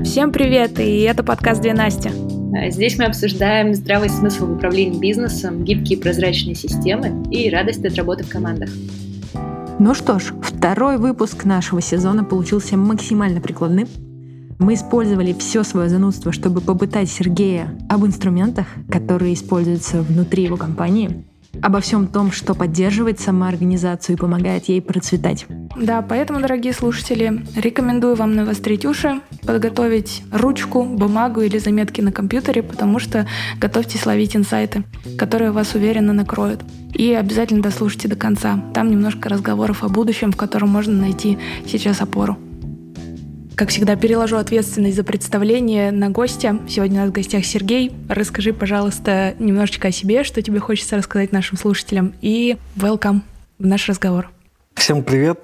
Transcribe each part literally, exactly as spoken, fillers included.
Всем привет, и это подкаст «Две Насти». Здесь мы обсуждаем здравый смысл в управлении бизнесом, гибкие прозрачные системы и радость от работы в командах. Ну что ж, второй выпуск нашего сезона получился максимально прикладным. Мы использовали все свое занудство, чтобы попытать Сергея об инструментах, которые используются внутри его компании, обо всем том, что поддерживает самоорганизацию и помогает ей процветать. Да, поэтому, дорогие слушатели, рекомендую вам навострить уши, подготовить ручку, бумагу или заметки на компьютере, потому что готовьтесь ловить инсайты, которые вас уверенно накроют. И обязательно дослушайте до конца. Там немножко разговоров о будущем, в котором можно найти сейчас опору. Как всегда, переложу ответственность за представление на гостя. Сегодня у нас в гостях Сергей. Расскажи, пожалуйста, немножечко о себе, что тебе хочется рассказать нашим слушателям. И welcome в наш разговор. Всем привет.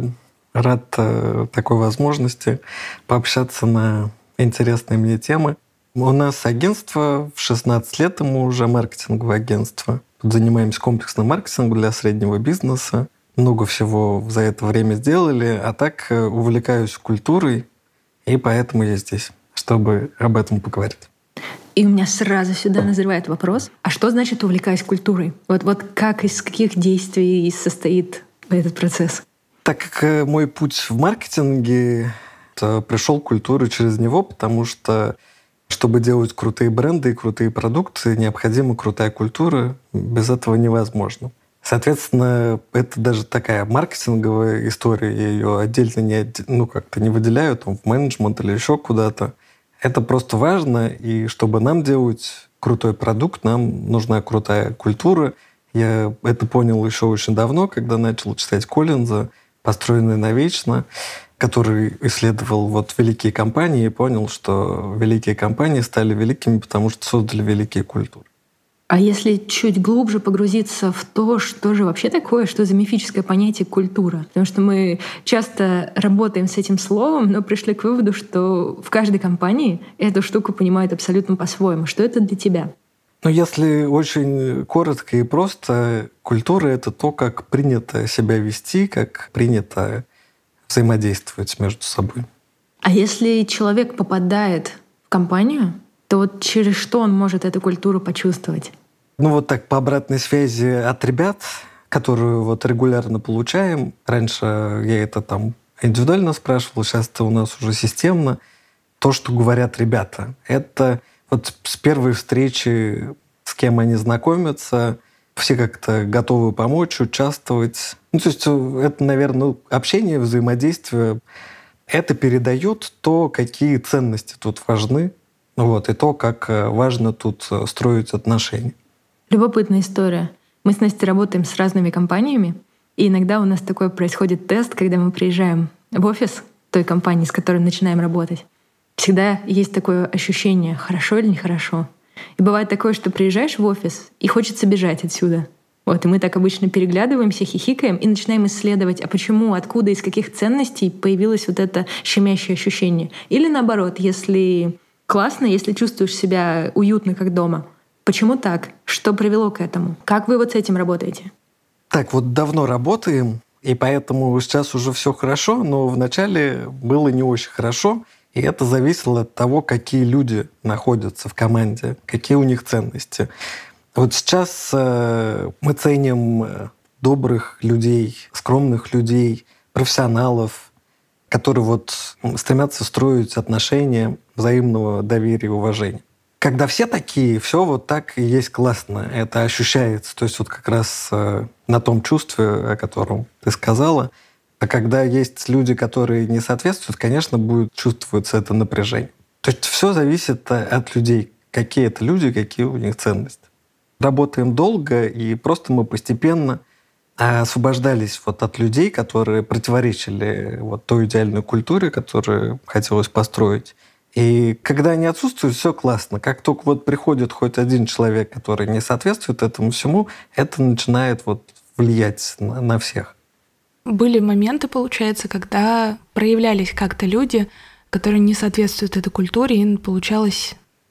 Рад такой возможности пообщаться на интересные мне темы. У нас агентство, в шестнадцать лет ему уже маркетинговое агентство. Занимаемся комплексным маркетингом для среднего бизнеса. Много всего за это время сделали, а так увлекаюсь культурой, и поэтому я здесь, чтобы об этом поговорить. И у меня сразу сюда назревает вопрос, а что значит увлекаюсь культурой? Вот, вот как, из каких действий состоит этот процесс? Так как мой путь в маркетинге, пришел к культуре через него, потому что чтобы делать крутые бренды и крутые продукты, необходима крутая культура, без этого невозможно. Соответственно, это даже такая маркетинговая история, я ее отдельно не, ну, как-то не выделяю там, в менеджмент или еще куда-то. Это просто важно, и чтобы нам делать крутой продукт, нам нужна крутая культура. Я это понял еще очень давно, когда начал читать Коллинза «Построенный навечно», который исследовал вот великие компании и понял, что великие компании стали великими, потому что создали великие культуры. А если чуть глубже погрузиться в то, что же вообще такое, что за мифическое понятие культура? Потому что мы часто работаем с этим словом, но пришли к выводу, что в каждой компании эту штуку понимают абсолютно по-своему. Что это для тебя? Ну, если очень коротко и просто, культура — это то, как принято себя вести, как принято взаимодействовать между собой. А если человек попадает в компанию, то вот через что он может эту культуру почувствовать? Ну вот так, по обратной связи от ребят, которую вот регулярно получаем. Раньше я это там индивидуально спрашивал, сейчас это у нас уже системно. То, что говорят ребята, это вот с первой встречи, с кем они знакомятся, все как-то готовы помочь, участвовать. Ну, то есть это, наверное, общение, взаимодействие. Это передает то, какие ценности тут важны, вот, и то, как важно тут строить отношения. Любопытная история. Мы с Настей работаем с разными компаниями, и иногда у нас такой происходит тест, когда мы приезжаем в офис той компании, с которой начинаем работать. Всегда есть такое ощущение, хорошо или нехорошо. И бывает такое, что приезжаешь в офис, и хочется бежать отсюда. Вот, и мы так обычно переглядываемся, хихикаем и начинаем исследовать, а почему, откуда, из каких ценностей появилось вот это щемящее ощущение. Или наоборот, если классно, если чувствуешь себя уютно, как дома. Почему так? Что привело к этому? Как вы вот с этим работаете? Так, вот давно работаем, и поэтому сейчас уже все хорошо, но вначале было не очень хорошо, и это зависело от того, какие люди находятся в команде, какие у них ценности. Вот сейчас э, мы ценим добрых людей, скромных людей, профессионалов, которые вот стремятся строить отношения взаимного доверия и уважения. Когда все такие, все вот так и есть классно. Это ощущается. То есть вот как раз э, на том чувстве, о котором ты сказала. А когда есть люди, которые не соответствуют, конечно, будет чувствоваться это напряжение. То есть все зависит от людей. Какие это люди, какие у них ценности. Работаем долго, и просто мы постепенно освобождались вот от людей, которые противоречили вот той идеальной культуре, которую хотелось построить. И когда они отсутствуют, все классно. Как только вот приходит хоть один человек, который не соответствует этому всему, это начинает вот влиять на, на всех. Были моменты, получается, когда проявлялись как-то люди, которые не соответствуют этой культуре, и получалось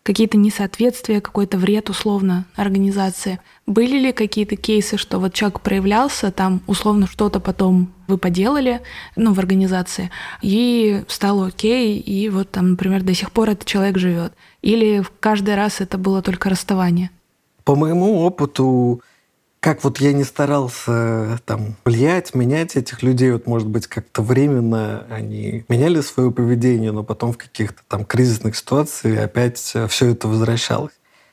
какие-то несоответствия, какой-то вред условно организации. Были ли какие-то кейсы, что вот человек проявлялся, там условно что-то потом вы поделали, ну, в организации, и стало окей, и вот там, например, до сих пор этот человек живет? Или каждый раз это было только расставание? По моему опыту, как вот я не старался там влиять, менять этих людей, вот, может быть, как-то временно они меняли свое поведение, но потом в каких-то там кризисных ситуациях опять все это возвращалось.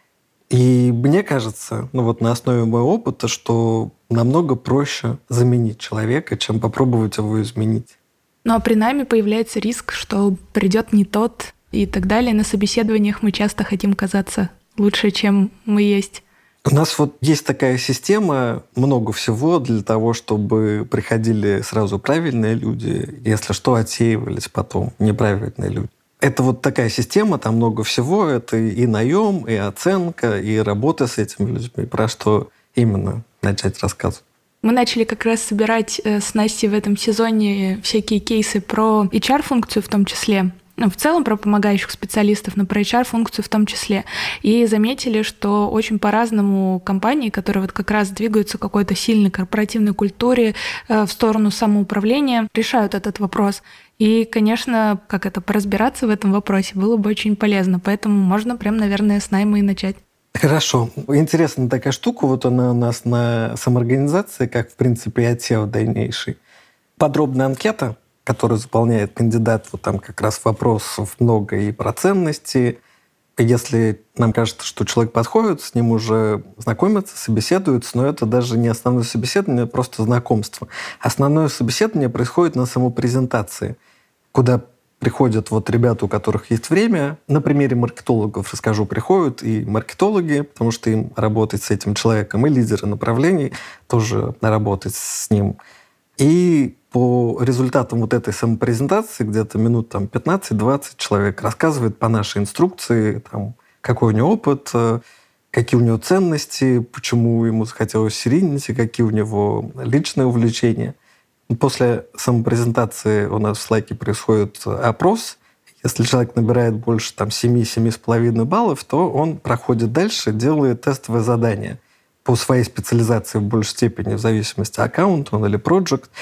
И мне кажется, ну вот на основе моего опыта, что намного проще заменить человека, чем попробовать его изменить. Ну а при найме появляется риск, что придет не тот и так далее. На собеседованиях мы часто хотим казаться лучше, чем мы есть. У нас вот есть такая система, много всего для того, чтобы приходили сразу правильные люди, если что, отсеивались потом неправильные люди. Это вот такая система, там много всего, это и наем, и оценка, и работа с этими людьми. Про что именно начать рассказывать? Мы начали как раз собирать с Настей в этом сезоне всякие кейсы про эйч ар-функцию в том числе. Ну, в целом про помогающих специалистов, но про эйч ар-функцию в том числе. И заметили, что очень по-разному компании, которые вот как раз двигаются к какой-то сильной корпоративной культуре э, в сторону самоуправления, решают этот вопрос. И, конечно, как это, поразбираться в этом вопросе было бы очень полезно. Поэтому можно прям, наверное, с найма и начать. Хорошо. Интересная такая штука. Вот она у нас на самоорганизации, как, в принципе, и отсев дальнейший. Подробная анкета, который заполняет кандидат, вот там как раз вопросов много и про ценности. Если нам кажется, что человек подходит, с ним уже знакомятся, собеседуются, но это даже не основное собеседование, просто знакомство. Основное собеседование происходит на самопрезентации, куда приходят вот ребята, у которых есть время. На примере маркетологов расскажу, приходят и маркетологи, потому что им работать с этим человеком, и лидеры направлений тоже работать с ним. И по результатам вот этой самопрезентации где-то минут там, пятнадцать-двадцать человек рассказывает по нашей инструкции, там, какой у него опыт, какие у него ценности, почему ему захотелось серийности, какие у него личные увлечения. После самопрезентации у нас в Slack происходит опрос. Если человек набирает больше там, семь-семь с половиной баллов, то он проходит дальше, делает тестовое задание по своей специализации в большей степени, в зависимости от аккаунта он или проект,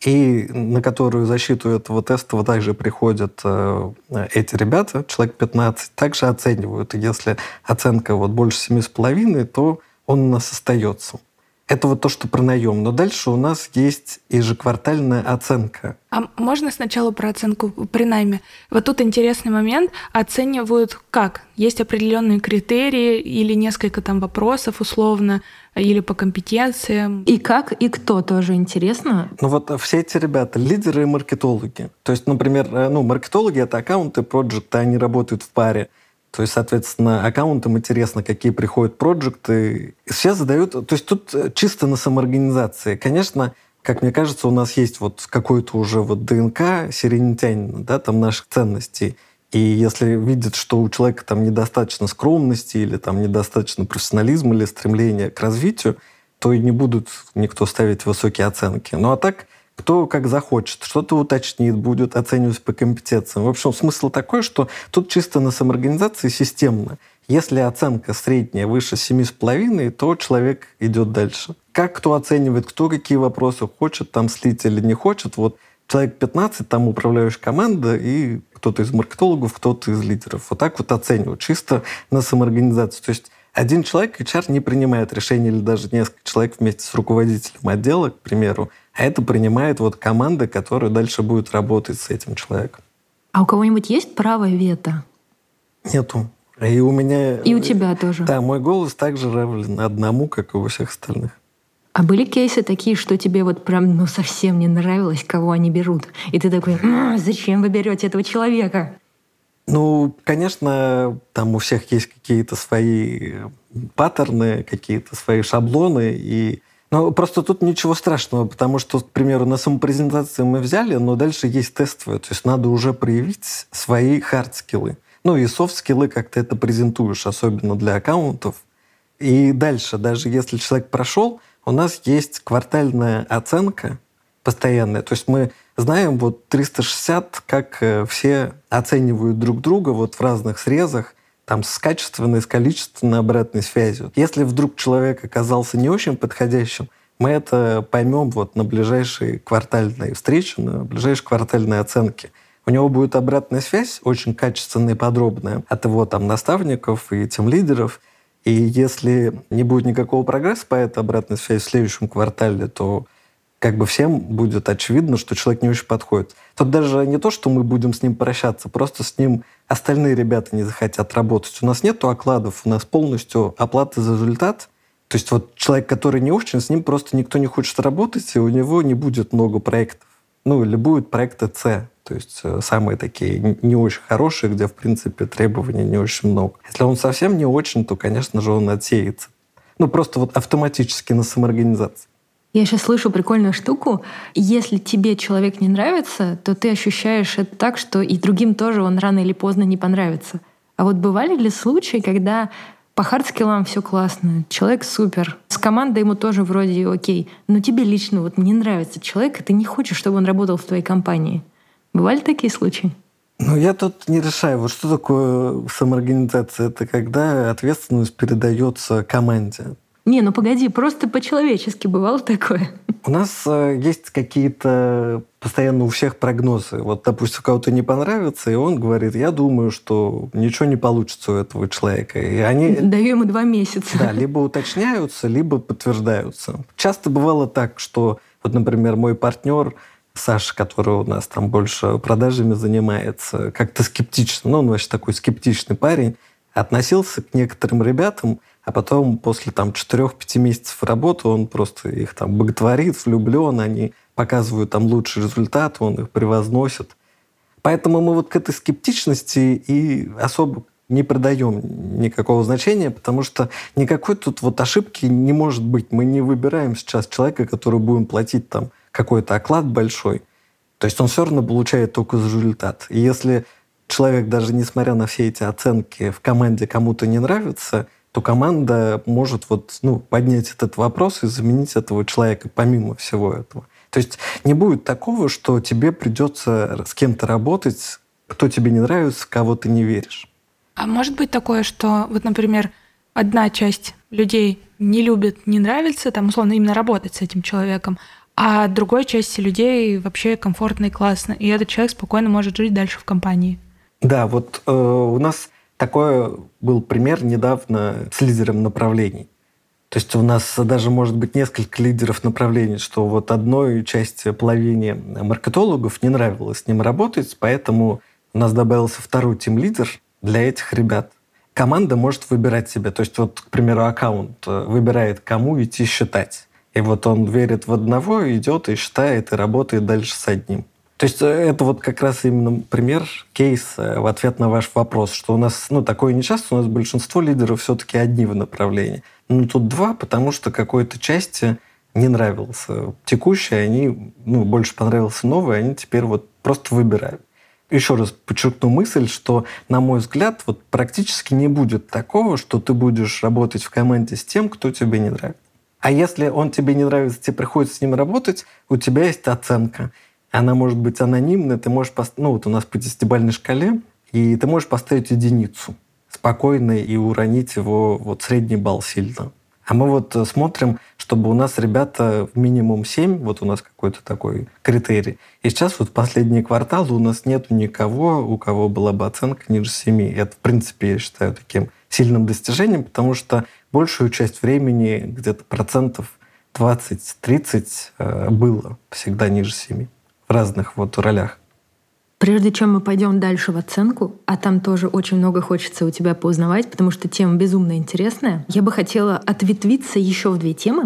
и на которую защиту этого теста также приходят э, эти ребята, человек пятнадцать, также оценивают. И если оценка вот больше семь с половиной, то он у нас остается. Это вот то, что про наем. Но дальше у нас есть ежеквартальная оценка. А можно сначала про оценку при найме? Вот тут интересный момент. Оценивают как? Есть определенные критерии или несколько там вопросов условно, или по компетенциям? И как, и кто, тоже интересно. Ну вот все эти ребята, лидеры и маркетологи. То есть, например, ну, маркетологи — это аккаунты, проекты, они работают в паре. То есть, соответственно, аккаунтам интересно, какие приходят проекты. Все задают... То есть тут чисто на самоорганизации. Конечно, как мне кажется, у нас есть вот какой-то уже вот ДНК серенитянина, да, там наших ценностей. И если видят, что у человека там недостаточно скромности или там недостаточно профессионализма или стремления к развитию, то и не будут никто ставить высокие оценки. Ну а так... Кто как захочет, что-то уточнит, будет оценивать по компетенциям. В общем, смысл такой, что тут чисто на самоорганизации системно. Если оценка средняя выше семь с половиной, то человек идет дальше. Как кто оценивает, кто какие вопросы хочет там слить или не хочет. Вот человек пятнадцать, там управляющая команда, и кто-то из маркетологов, кто-то из лидеров. Вот так вот оценивают, чисто на самоорганизацию. То есть один человек, эйч ар, не принимает решение, или даже несколько человек вместе с руководителем отдела, к примеру, а это принимает вот команда, которая дальше будет работать с этим человеком. А у кого-нибудь есть право вето? Нету. И у меня... И у тебя тоже? Да, мой голос также равен одному, как и у всех остальных. А были кейсы такие, что тебе вот прям ну совсем не нравилось, кого они берут? И ты такой, зачем вы берете этого человека? Ну, конечно, там у всех есть какие-то свои паттерны, какие-то свои шаблоны, и ну, просто тут ничего страшного, потому что, к примеру, на самопрезентации мы взяли, но дальше есть тестовые. То есть надо уже проявить свои хард-скиллы. Ну и софт-скиллы, как ты это презентуешь, особенно для аккаунтов. И дальше, даже если человек прошел, у нас есть квартальная оценка постоянная. То есть мы знаем вот триста шестьдесят, как все оценивают друг друга вот в разных срезах. там, с качественной, с количественной обратной связью. Если вдруг человек оказался не очень подходящим, мы это поймем вот на ближайшей квартальной встрече, на ближайшей квартальной оценке. У него будет обратная связь, очень качественная и подробная, от его там наставников и тимлидеров. И если не будет никакого прогресса по этой обратной связи в следующем квартале, то как бы всем будет очевидно, что человек не очень подходит. Тут даже не то, что мы будем с ним прощаться, просто с ним остальные ребята не захотят работать. У нас нету окладов, у нас полностью оплата за результат. То есть вот человек, который не очень, с ним просто никто не хочет работать, и у него не будет много проектов. Ну, или будут проекты С, то есть самые такие не очень хорошие, где, в принципе, требований не очень много. Если он совсем не очень, то, конечно же, он отсеется. Ну, просто вот автоматически на самоорганизации. Я сейчас слышу прикольную штуку. Если тебе человек не нравится, то ты ощущаешь это так, что и другим тоже он рано или поздно не понравится. А вот бывали ли случаи, когда по хардскиллам все классно, человек супер, с командой ему тоже вроде окей, но тебе лично вот не нравится человек, и ты не хочешь, чтобы он работал в твоей компании? Бывали такие случаи? Ну, я тут не решаю, вот что такое самоорганизация. Это когда ответственность передается команде. Не, ну погоди, просто по-человечески бывало такое? У нас э, есть какие-то постоянно у всех прогнозы. Вот, допустим, кого-то не понравится, и он говорит, я думаю, что ничего не получится у этого человека. И они... Даю ему два месяца. Да, либо уточняются, либо подтверждаются. Часто бывало так, что, вот, например, мой партнер Саша, который у нас там больше продажами занимается, как-то скептично, ну, он вообще такой скептичный парень, относился к некоторым ребятам, а потом после там четырех-пяти месяцев работы он просто их там боготворит, влюблен, они показывают там лучший результат, он их превозносит. Поэтому мы вот к этой скептичности и особо не придаем никакого значения, потому что никакой тут вот ошибки не может быть. Мы не выбираем сейчас человека, который будем платить там какой-то оклад большой. То есть он все равно получает только за результат. И если человек, даже несмотря на все эти оценки, в команде кому-то не нравится, то команда может вот, ну, поднять этот вопрос и заменить этого человека помимо всего этого. То есть не будет такого, что тебе придется с кем-то работать, кто тебе не нравится, в кого ты не веришь. А может быть такое, что вот, например, одна часть людей не любит, не нравится, там, условно, именно работать с этим человеком, а другой части людей вообще комфортно и классно, и этот человек спокойно может жить дальше в компании? Да, вот э, у нас такой был пример недавно с лидером направлений. То есть у нас даже может быть несколько лидеров направлений, что вот одной части, половине маркетологов не нравилось с ним работать, поэтому у нас добавился второй тимлидер для этих ребят. Команда может выбирать себе. То есть вот, к примеру, аккаунт выбирает, кому идти считать. И вот он верит в одного, идет и считает, и работает дальше с одним. То есть это вот как раз именно пример, кейс в ответ на ваш вопрос, что у нас, ну, такое нечасто, у нас большинство лидеров все-таки одни в направлении. Ну, тут два, потому что какой-то части не нравился текущий, они, ну, больше понравился новый, они теперь вот просто выбирают. Еще раз подчеркну мысль, что, на мой взгляд, вот практически не будет такого, что ты будешь работать в команде с тем, кто тебе не нравится. А если он тебе не нравится, тебе приходится с ним работать, у тебя есть оценка. Она может быть анонимной, ты можешь поставить, ну вот у нас по десятибалльной шкале, и ты можешь поставить единицу спокойно и уронить его вот средний балл сильно. А мы вот смотрим, чтобы у нас ребята в минимум семь, вот у нас какой-то такой критерий. И сейчас вот в последние кварталы у нас нету никого, у кого была бы оценка ниже семи. Это, в принципе, я считаю таким сильным достижением, потому что большую часть времени, где-то процентов двадцать-тридцать, было всегда ниже семи. В разных вот ролях. Прежде чем мы пойдем дальше в оценку, а там тоже очень много хочется у тебя поузнавать, потому что тема безумно интересная, я бы хотела ответвиться еще в две темы.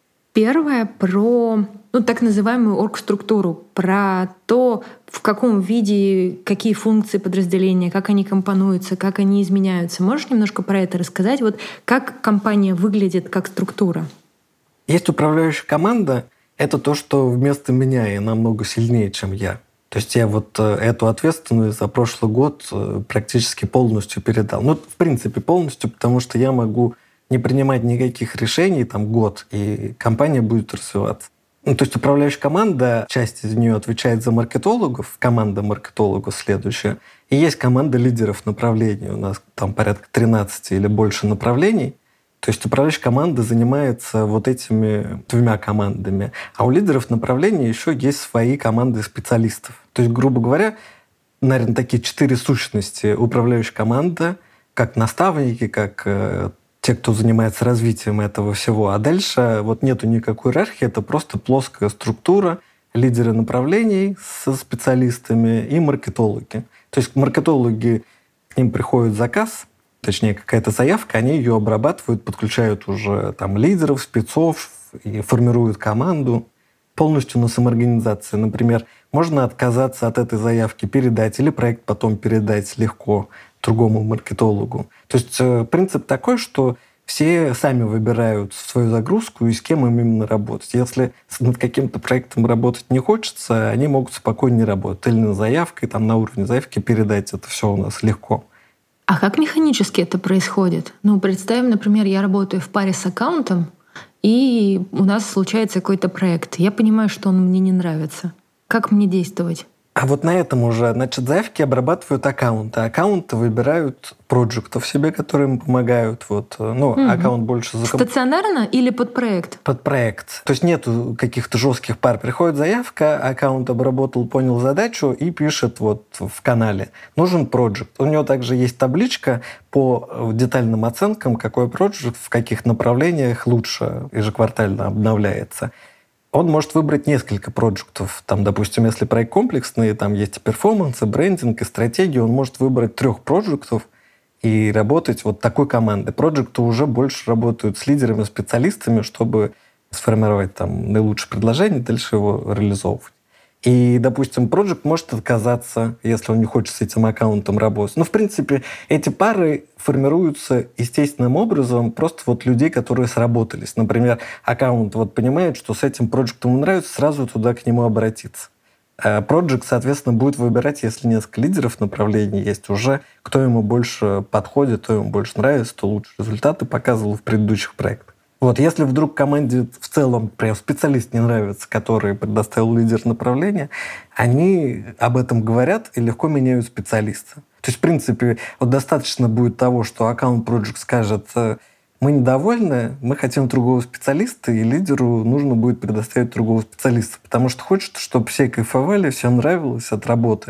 Первая про, ну, так называемую оргструктуру, про то, в каком виде, какие функции подразделения, как они компонуются, как они изменяются. Можешь немножко про это рассказать? Вот как компания выглядит как структура? Есть управляющая команда. Это то, что вместо меня и намного сильнее, чем я. То есть я вот эту ответственность за прошлый год практически полностью передал. Ну, в принципе, полностью, потому что я могу не принимать никаких решений там год, и компания будет развиваться. Ну, то есть управляющая команда, часть из нее отвечает за маркетологов, команда маркетологов следующая, и есть команда лидеров направлений. У нас там порядка тринадцать или больше направлений. То есть управляющая команда занимается вот этими двумя командами. А у лидеров направлений еще есть свои команды специалистов. То есть, грубо говоря, наверное, такие четыре сущности. Управляющая команда, как наставники, как э, те, кто занимается развитием этого всего. А дальше вот нету никакой иерархии, это просто плоская структура, лидеры направлений со специалистами и маркетологи. То есть маркетологи, к ним приходит заказ, точнее, какая-то заявка, они ее обрабатывают, подключают уже там лидеров, спецов и формируют команду полностью на самоорганизации. Например, можно отказаться от этой заявки, передать, или проект потом передать легко другому маркетологу. То есть принцип такой, что все сами выбирают свою загрузку и с кем им именно работать. Если над каким-то проектом работать не хочется, они могут спокойнее работать. Или на заявке, там на уровне заявки передать. Это все у нас легко. А как механически это происходит? Ну, представим, например, я работаю в паре с аккаунтом, и у нас случается какой-то проект. Я понимаю, что он мне не нравится. Как мне действовать? А вот на этом уже, значит, заявки обрабатывают аккаунты. Аккаунты выбирают проектов себе, которые им помогают. Вот, ну, угу. Аккаунт больше... Заком... Стационарно или под проект? Под проект. То есть нету каких-то жестких пар. Приходит заявка, аккаунт обработал, понял задачу и пишет вот в канале. Нужен проект. У него также есть табличка по детальным оценкам, какой проект в каких направлениях лучше ежеквартально обновляется. Он может выбрать несколько проектов. Там, допустим, если проект комплексный, там есть и перформанс, и брендинг, и стратегия, он может выбрать трех проектов и работать вот такой командой. Проекты уже больше работают с лидерами, специалистами, чтобы сформировать там наилучшее предложение, дальше его реализовывать. И, допустим, проект может отказаться, если он не хочет с этим аккаунтом работать. Но, в принципе, эти пары формируются естественным образом просто вот людей, которые сработались. Например, аккаунт вот понимает, что с этим проектом ему нравится, сразу туда к нему обратиться. А проект, соответственно, будет выбирать, если несколько лидеров направлений есть, уже кто ему больше подходит, кто ему больше нравится, то лучше результаты показывал в предыдущих проектах. Вот, если вдруг команде в целом прям специалист не нравится, который предоставил лидер направления, они об этом говорят и легко меняют специалиста. То есть, в принципе, вот достаточно будет того, что аккаунт-проект скажет: мы недовольны, мы хотим другого специалиста, и лидеру нужно будет предоставить другого специалиста, потому что хочет, чтобы все кайфовали, всем нравилось от работы.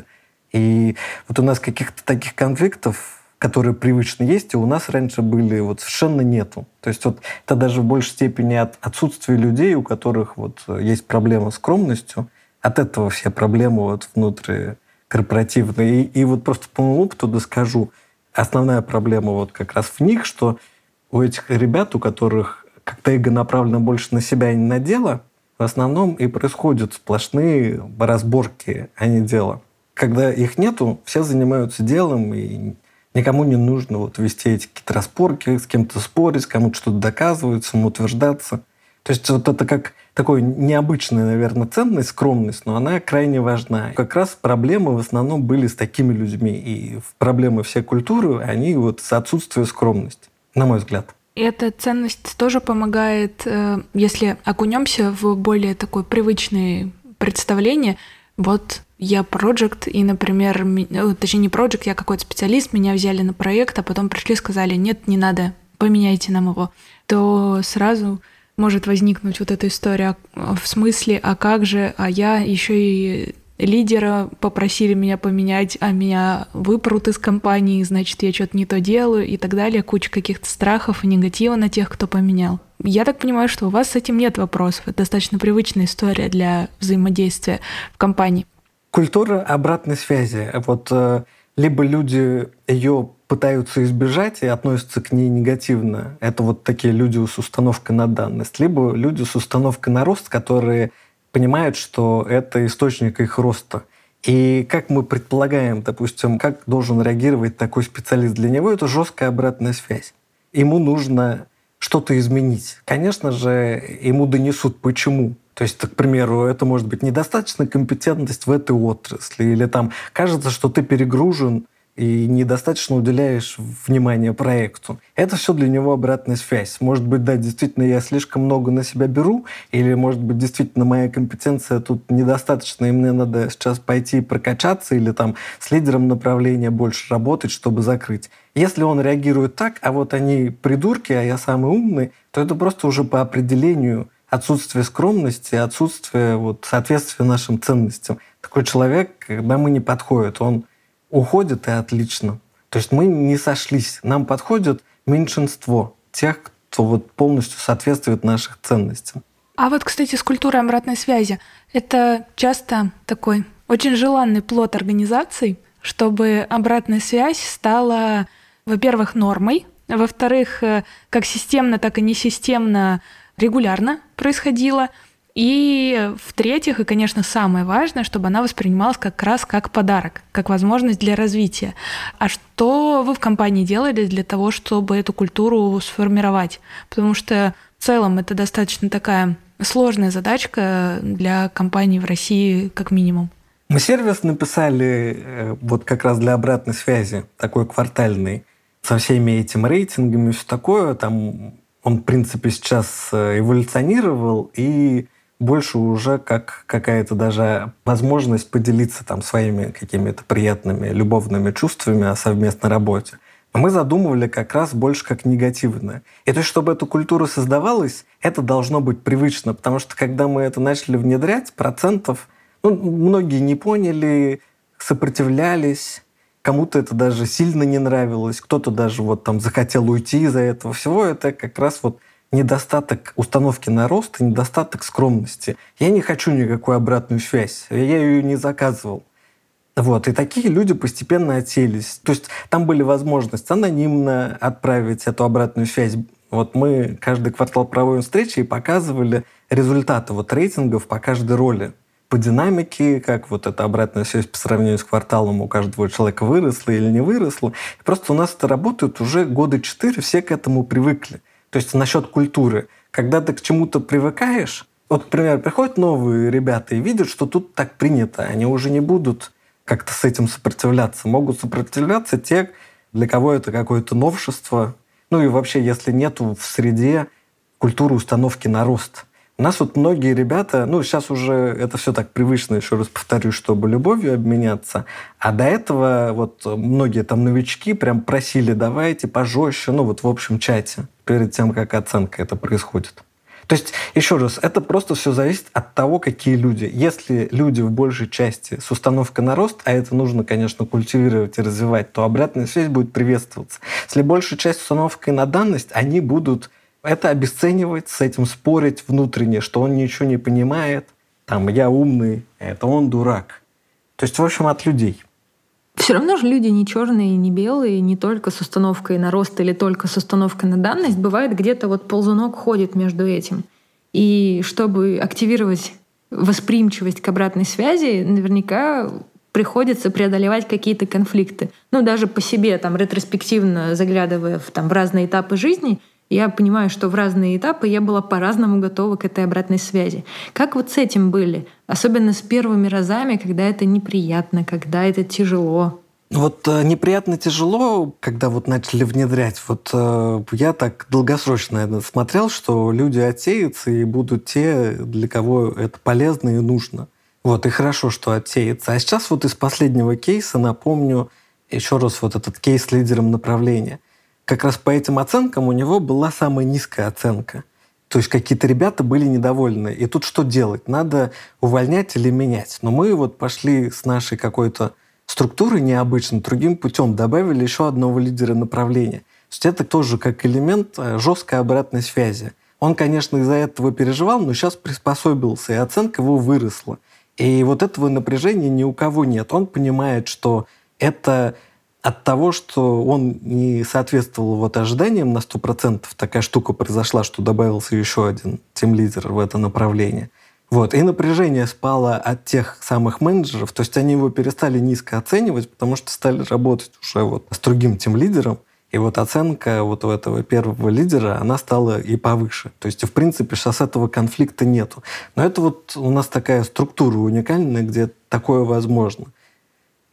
И вот у нас каких-то таких конфликтов, которые привычно есть, и у нас раньше были, вот совершенно нету. То есть вот это даже в большей степени от отсутствия людей, у которых вот есть проблема с скромностью. От этого все проблемы вот внутрикорпоративные. И, и вот просто по моему опыту доскажу, основная проблема вот как раз в них, что у этих ребят, у которых как-то эго направлено больше на себя и не на дело, в основном и происходят сплошные разборки, а не дело. Когда их нету, все занимаются делом, и никому не нужно вот вести эти какие-то разборки, с кем-то спорить, кому-то что-то доказывать, самоутверждаться. То есть вот это как такой необычная, наверное, ценность, скромность, но она крайне важна. Как раз проблемы в основном были с такими людьми. И проблемы всей культуры, они вот с отсутствием скромности, на мой взгляд. И эта ценность тоже помогает, если окунемся в более такое привычное представление. Вот я проект, и, например, точнее не проект, я какой-то специалист, меня взяли на проект, а потом пришли и сказали: нет, не надо, поменяйте нам его, то сразу может возникнуть вот эта история в смысле: а как же, а я еще и лидера попросили меня поменять, а меня выпрут из компании, значит, я что-то не то делаю и так далее, куча каких-то страхов и негатива на тех, кто поменял. Я так понимаю, что у вас с этим нет вопросов. Это достаточно привычная история для взаимодействия в компании. Культура обратной связи. Вот либо люди ее пытаются избежать и относятся к ней негативно. Это вот такие люди с установкой на данность. Либо люди с установкой на рост, которые понимают, что это источник их роста. И как мы предполагаем, допустим, как должен реагировать такой специалист, для него это жесткая обратная связь. Ему нужно что-то изменить. Конечно же, ему донесут почему. То есть, к примеру, это может быть недостаточная компетентность в этой отрасли, или там кажется, что ты перегружен, и недостаточно уделяешь внимание проекту. Это все для него обратная связь. Может быть, да, действительно, я слишком много на себя беру, или, может быть, действительно, моя компетенция тут недостаточно, и мне надо сейчас пойти прокачаться, или там с лидером направления больше работать, чтобы закрыть. Если он реагирует так, а вот они придурки, а я самый умный, то это просто уже по определению отсутствие скромности, отсутствие вот, соответствия нашим ценностям. Такой человек, когда мы не подходит, он уходит, и отлично. То есть мы не сошлись. Нам подходит меньшинство тех, кто вот полностью соответствует нашим ценностям. А вот, кстати, с культурой обратной связи. Это часто такой очень желанный плод организаций, чтобы обратная связь стала, во-первых, нормой, во-вторых, как системно, так и несистемно регулярно происходила. И в-третьих, и, конечно, самое важное, чтобы она воспринималась как раз как подарок, как возможность для развития. А что вы в компании делали для того, чтобы эту культуру сформировать? Потому что в целом это достаточно такая сложная задачка для компаний в России, как минимум. Мы сервис написали вот как раз для обратной связи, такой квартальный, со всеми этими рейтингами и все такое. Там он, в принципе, сейчас эволюционировал и больше уже как какая-то даже возможность поделиться там своими какими-то приятными любовными чувствами о совместной работе. А мы задумывали как раз больше как негативное. И то есть, чтобы эта культура создавалась, это должно быть привычно, потому что когда мы это начали внедрять, процентов, ну, многие не поняли, сопротивлялись, кому-то это даже сильно не нравилось, кто-то даже вот там захотел уйти из-за этого всего. Это как раз вот недостаток установки на рост и недостаток скромности. Я не хочу никакую обратную связь. Я ее не заказывал. Вот. И такие люди постепенно отселись. То есть там были возможности анонимно отправить эту обратную связь. Вот мы каждый квартал проводим встречи и показывали результаты вот рейтингов по каждой роли. По динамике, как вот эта обратная связь по сравнению с кварталом у каждого человека выросла или не выросла. И просто у нас это работает уже года четыре, все к этому привыкли. То есть насчет культуры. Когда ты к чему-то привыкаешь, вот, например, приходят новые ребята и видят, что тут так принято, они уже не будут как-то с этим сопротивляться. Могут сопротивляться те, для кого это какое-то новшество. Ну и вообще, если нету в среде культуры установки на рост. У нас вот многие ребята, ну сейчас уже это все так привычно, еще раз повторюсь, чтобы любовью обменяться, а до этого вот многие там новички прям просили, давайте пожестче, ну вот в общем чате, перед тем, как оценка это происходит. То есть, еще раз, это просто все зависит от того, какие люди. Если люди в большей части с установкой на рост, а это нужно, конечно, культивировать и развивать, то обратная связь будет приветствоваться. Если большая часть с установкой на данность, они будут это обесценивать, с этим спорить внутренне, что он ничего не понимает, там, я умный, это он дурак. То есть, в общем, от людей. Все равно же люди не черные и не белые, не только с установкой на рост или только с установкой на данность. Бывает, где-то вот ползунок ходит между этим. И чтобы активировать восприимчивость к обратной связи, наверняка приходится преодолевать какие-то конфликты. Ну, даже по себе, там, ретроспективно заглядывая в, там, в разные этапы жизни, я понимаю, что в разные этапы я была по-разному готова к этой обратной связи. Как вот с этим были? Особенно с первыми разами, когда это неприятно, когда это тяжело. Вот э, неприятно тяжело, когда вот начали внедрять. Вот э, я так долгосрочно наверное, смотрел, что люди отсеются и будут те, для кого это полезно и нужно. Вот, и хорошо, что отсеется. А сейчас вот из последнего кейса напомню еще раз вот этот кейс с лидером направления. Как раз по этим оценкам у него была самая низкая оценка. То есть какие-то ребята были недовольны. И тут что делать? Надо увольнять или менять. Но мы вот пошли с нашей какой-то структурой необычной, другим путем, добавили еще одного лидера направления. То есть это тоже как элемент жесткой обратной связи. Он, конечно, из-за этого переживал, но сейчас приспособился, и оценка его выросла. И вот этого напряжения ни у кого нет. Он понимает, что это от того, что он не соответствовал вот ожиданиям на сто процентов, такая штука произошла, что добавился еще один тимлидер в это направление. Вот. И напряжение спало от тех самых менеджеров, то есть они его перестали низко оценивать, потому что стали работать уже вот с другим тимлидером, и вот оценка вот у этого первого лидера, она стала и повыше. То есть, в принципе, сейчас этого конфликта нету. Но это вот у нас такая структура уникальная, где такое возможно.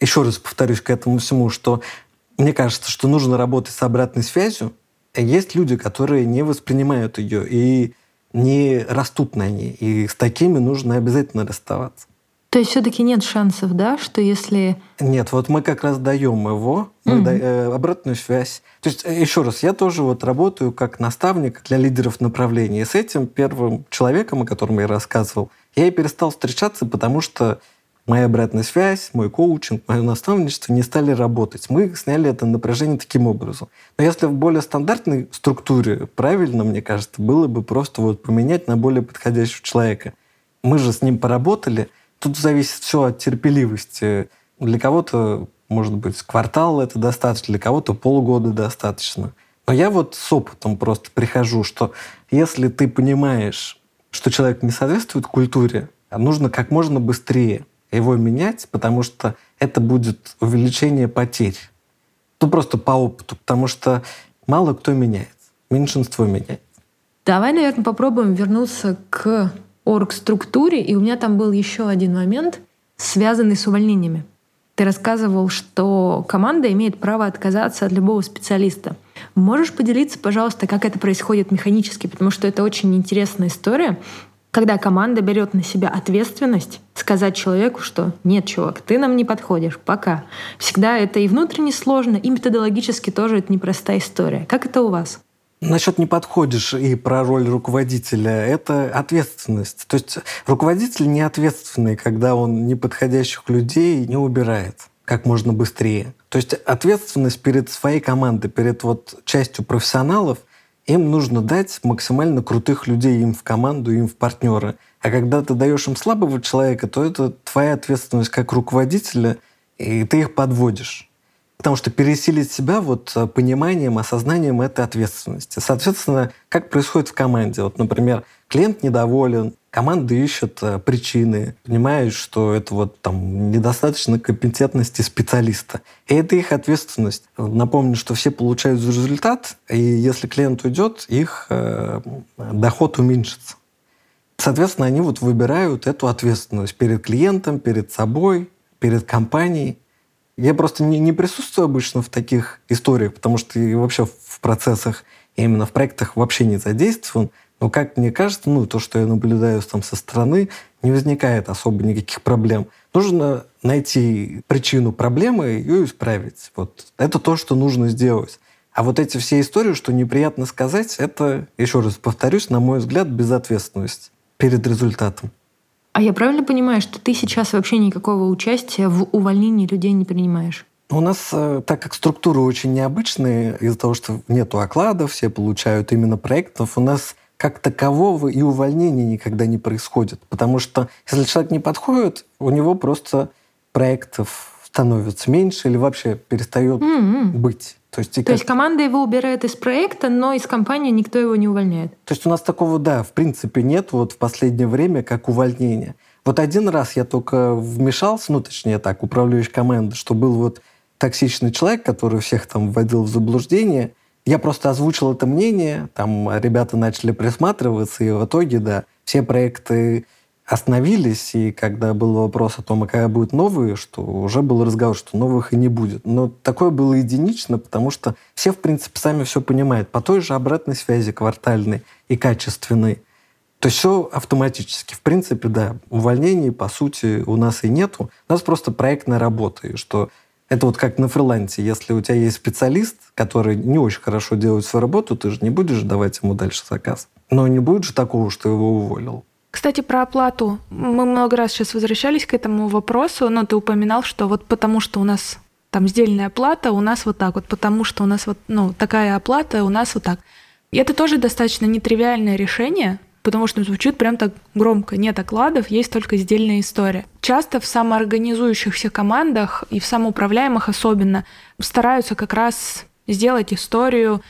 еще раз повторюсь к этому всему, что мне кажется, что нужно работать с обратной связью. Есть люди, которые не воспринимают ее и не растут на ней. И с такими нужно обязательно расставаться. То есть все-таки нет шансов, да, что если... Нет, вот мы как раз даем его, мы mm-hmm. даем обратную связь. То есть, еще раз, я тоже вот работаю как наставник для лидеров направления. И с этим первым человеком, о котором я рассказывал, я и перестал встречаться, потому что моя обратная связь, мой коучинг, мое наставничество не стали работать. Мы сняли это напряжение таким образом. Но если в более стандартной структуре, правильно, мне кажется, было бы просто вот поменять на более подходящего человека. Мы же с ним поработали. Тут зависит все от терпеливости. Для кого-то, может быть, квартал это достаточно, для кого-то полгода достаточно. Но я вот с опытом просто прихожу, что если ты понимаешь, что человек не соответствует культуре, нужно как можно быстрее его менять, потому что это будет увеличение потерь. Ну, просто по опыту, потому что мало кто меняется, меньшинство меняется. Давай, наверное, попробуем вернуться к оргструктуре, и у меня там был еще один момент, связанный с увольнениями. Ты рассказывал, что команда имеет право отказаться от любого специалиста. Можешь поделиться, пожалуйста, как это происходит механически, потому что это очень интересная история, когда команда берет на себя ответственность сказать человеку, что нет, чувак, ты нам не подходишь, пока. Всегда это и внутренне сложно, и методологически тоже это непростая история. Как это у вас? Насчет «не подходишь» и про роль руководителя — это ответственность. То есть руководитель не ответственный, когда он неподходящих людей не убирает как можно быстрее. То есть ответственность перед своей командой, перед вот частью профессионалов, им нужно дать максимально крутых людей им в команду, им в партнеры. А когда ты даешь им слабого человека, то это твоя ответственность как руководителя, и ты их подводишь. Потому что пересилить себя вот пониманием, осознанием этой ответственности. Соответственно, как происходит в команде? Вот, например, клиент недоволен, команда ищет причины, понимают, что это вот там недостаточно компетентности специалиста. И это их ответственность. Напомню, что все получают за результат, и если клиент уйдет, их э, доход уменьшится. Соответственно, они вот выбирают эту ответственность перед клиентом, перед собой, перед компанией. Я просто не, не присутствую обычно в таких историях, потому что я вообще в процессах, именно в проектах вообще не задействован. Но, как мне кажется, ну, то, что я наблюдаю там со стороны, не возникает особо никаких проблем. Нужно найти причину проблемы и ее исправить. Вот. Это то, что нужно сделать. А вот эти все истории, что неприятно сказать, это, еще раз повторюсь, на мой взгляд, безответственность перед результатом. А я правильно понимаю, что ты сейчас вообще никакого участия в увольнении людей не принимаешь? У нас, так как структуры очень необычные, из-за того, что нету окладов, все получают именно проектов, у нас как такового и увольнения никогда не происходит. Потому что если человек не подходит, у него просто проектов становится меньше или вообще перестает mm-hmm. быть. То есть, То как... есть команда его убирает из проекта, но из компании никто его не увольняет? То есть у нас такого, да, в принципе нет вот в последнее время, как увольнение. Вот один раз я только вмешался, ну, точнее так, управляющий командой, что был вот токсичный человек, который всех там вводил в заблуждение. Я просто озвучил это мнение, там ребята начали присматриваться, и в итоге, да, все проекты остановились, и когда был вопрос о том, а когда будут новые, что уже был разговор, что новых и не будет. Но такое было единично, потому что все, в принципе, сами все понимают. По той же обратной связи квартальной и качественной. То есть все автоматически. В принципе, да, увольнений, по сути, у нас и нету. У нас просто проектная работа, и что это вот как на фрилансе. Если у тебя есть специалист, который не очень хорошо делает свою работу, ты же не будешь давать ему дальше заказ. Но не будет же такого, что его уволил. Кстати, про оплату. Мы много раз сейчас возвращались к этому вопросу, но ты упоминал, что вот потому что у нас там сдельная оплата, у нас вот так вот, потому что у нас вот, ну, такая оплата, у нас вот так. И это тоже достаточно нетривиальное решение, потому что звучит прям так громко. Нет окладов, есть только сдельная история. Часто в самоорганизующихся командах и в самоуправляемых особенно стараются как раз сделать историю,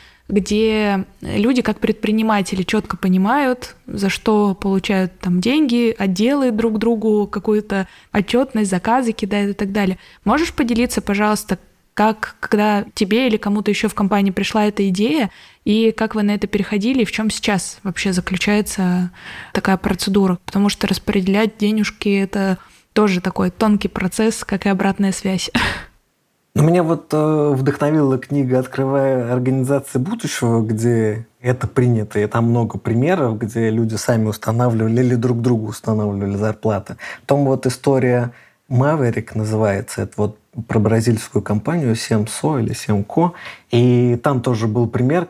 где люди как предприниматели четко понимают, за что получают там деньги, отделы друг другу, какую-то отчетность, заказы кидают и так далее. Можешь поделиться, пожалуйста, как, когда тебе или кому-то еще в компании пришла эта идея, и как вы на это переходили, и в чем сейчас вообще заключается такая процедура? Потому что распределять денежки — это тоже такой тонкий процесс, как и обратная связь. Но меня вот э, вдохновила книга «Открывая организации будущего», где это принято. И там много примеров, где люди сами устанавливали или друг другу устанавливали зарплаты. Потом вот история Maverick называется. Это вот про бразильскую компанию Семсо или Семко. И там тоже был пример,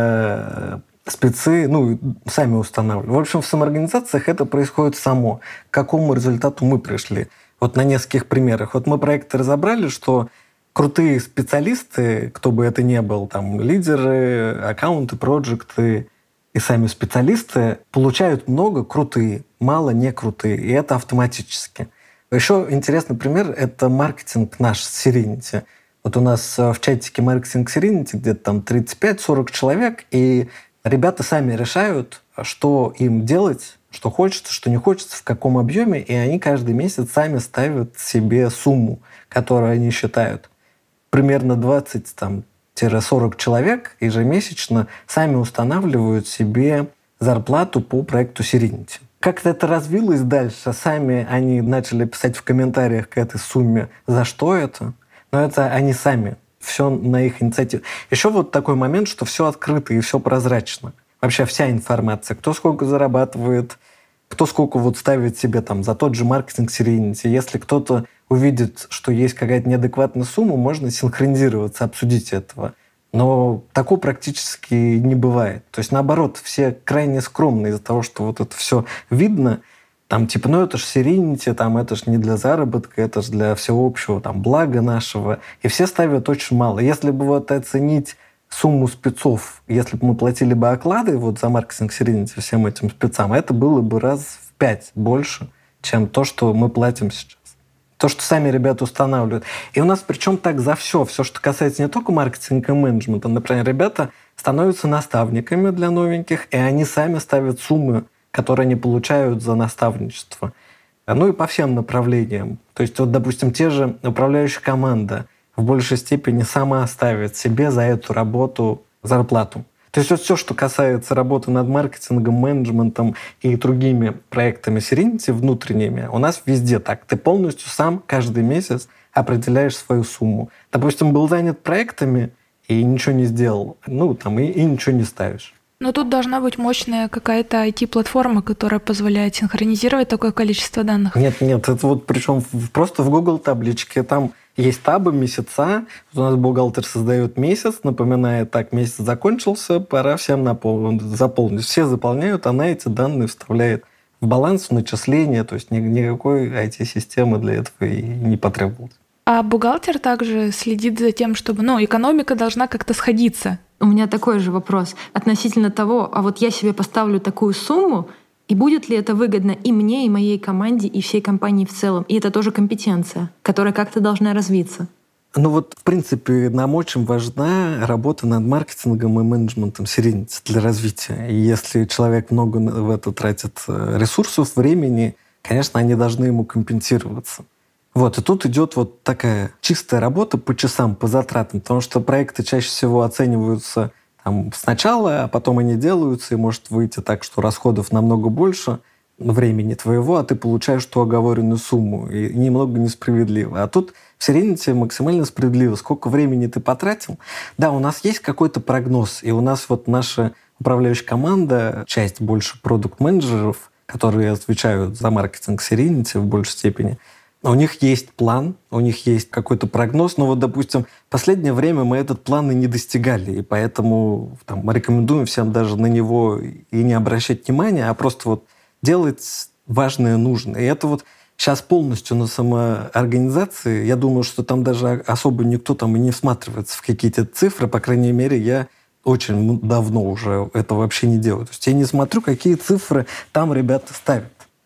когда спецы ну, сами устанавливали. В общем, в самоорганизациях это происходит само. К какому результату мы пришли? Вот на нескольких примерах. Вот мы проекты разобрали, что крутые специалисты, кто бы это ни был, там лидеры, аккаунты, проекты и сами специалисты получают много, крутые, мало не крутые, и это автоматически. Еще интересный пример – это маркетинг наш Serenity. Вот у нас в чатике маркетинг Serenity где-то там тридцать пять сорок человек, и ребята сами решают, что им делать, что хочется, что не хочется, в каком объеме, и они каждый месяц сами ставят себе сумму, которую они считают. Примерно двадцать-сорок человек ежемесячно сами устанавливают себе зарплату по проекту Serenity. Как-то это развилось дальше. Сами они начали писать в комментариях к этой сумме, за что это. Но это они сами. Все на их инициативе. Еще вот такой момент, что все открыто и все прозрачно. Вообще вся информация. Кто сколько зарабатывает, кто сколько вот ставит себе там за тот же маркетинг Serenity. Если кто-то увидит, что есть какая-то неадекватная сумма, можно синхронизироваться, обсудить этого. Но такого практически не бывает. То есть, наоборот, все крайне скромны из-за того, что вот это все видно. Там, типа, ну это ж Serenity, там, это ж не для заработка, это ж для всеобщего там, блага нашего. И все ставят очень мало. Если бы вот оценить сумму спецов, если бы мы платили бы оклады вот за маркетинг Serenity всем этим спецам, это было бы раз в пять больше, чем то, что мы платим сейчас. То, что сами ребята устанавливают. И у нас причем так за все. Все, что касается не только маркетинга и менеджмента. Например, ребята становятся наставниками для новеньких, и они сами ставят суммы, которые они получают за наставничество. Ну и по всем направлениям. То есть, вот, допустим, те же управляющая команда в большей степени сама ставит себе за эту работу зарплату. То есть вот все, что касается работы над маркетингом, менеджментом и другими проектами Serenity внутренними, у нас везде так. Ты полностью сам каждый месяц определяешь свою сумму. Допустим, был занят проектами и ничего не сделал, ну там и, и ничего не ставишь. Но тут должна быть мощная какая-то ай ти-платформа, которая позволяет синхронизировать такое количество данных. Нет, нет, это вот причем просто в Google табличке там есть табы, месяца. Вот у нас бухгалтер создает месяц, напоминает, так, месяц закончился, пора всем напол... заполнить. Все заполняют, она эти данные вставляет в баланс, в начисление, то есть никакой ай ти-системы для этого и не потребовалось. А бухгалтер также следит за тем, чтобы ну, экономика должна как-то сходиться. У меня такой же вопрос относительно того, а вот я себе поставлю такую сумму, и будет ли это выгодно и мне, и моей команде, и всей компании в целом? И это тоже компетенция, которая как-то должна развиться. Ну вот, в принципе, нам очень важна работа над маркетингом и менеджментом Serenity для развития. И если человек много в это тратит ресурсов, времени, конечно, они должны ему компенсироваться. Вот, и тут идет вот такая чистая работа по часам, по затратам, потому что проекты чаще всего оцениваются там, сначала, а потом они делаются, и может выйти так, что расходов намного больше времени твоего, а ты получаешь ту оговоренную сумму, и немного несправедливо. А тут в Serenity максимально справедливо. Сколько времени ты потратил? Да, у нас есть какой-то прогноз, и у нас вот наша управляющая команда, часть больше продукт-менеджеров, которые отвечают за маркетинг Serenity в большей степени, у них есть план, у них есть какой-то прогноз, но вот, допустим, в последнее время мы этот план и не достигали, и поэтому там, мы рекомендуем всем даже на него и не обращать внимания, а просто вот делать важное, нужное. И это вот сейчас полностью на самоорганизации, я думаю, что там даже особо никто там и не всматривается в какие-то цифры, по крайней мере, я очень давно уже это вообще не делаю. То есть я не смотрю, какие цифры там ребята ставят.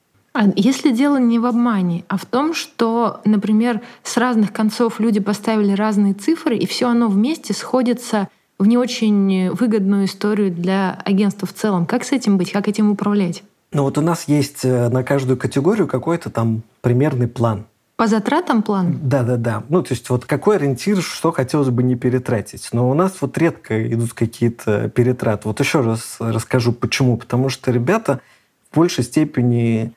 А если дело не в обмане, а в том, что, например, с разных концов люди поставили разные цифры, и все оно вместе сходится в не очень выгодную историю для агентства в целом. Как с этим быть? Как этим управлять? Ну вот у нас есть на каждую категорию какой-то там примерный план. По затратам план? Да-да-да. Ну, то есть вот какой ориентир, что хотелось бы не перетратить. Но у нас вот редко идут какие-то перетраты. Вот еще раз расскажу, почему. Потому что ребята в большей степени...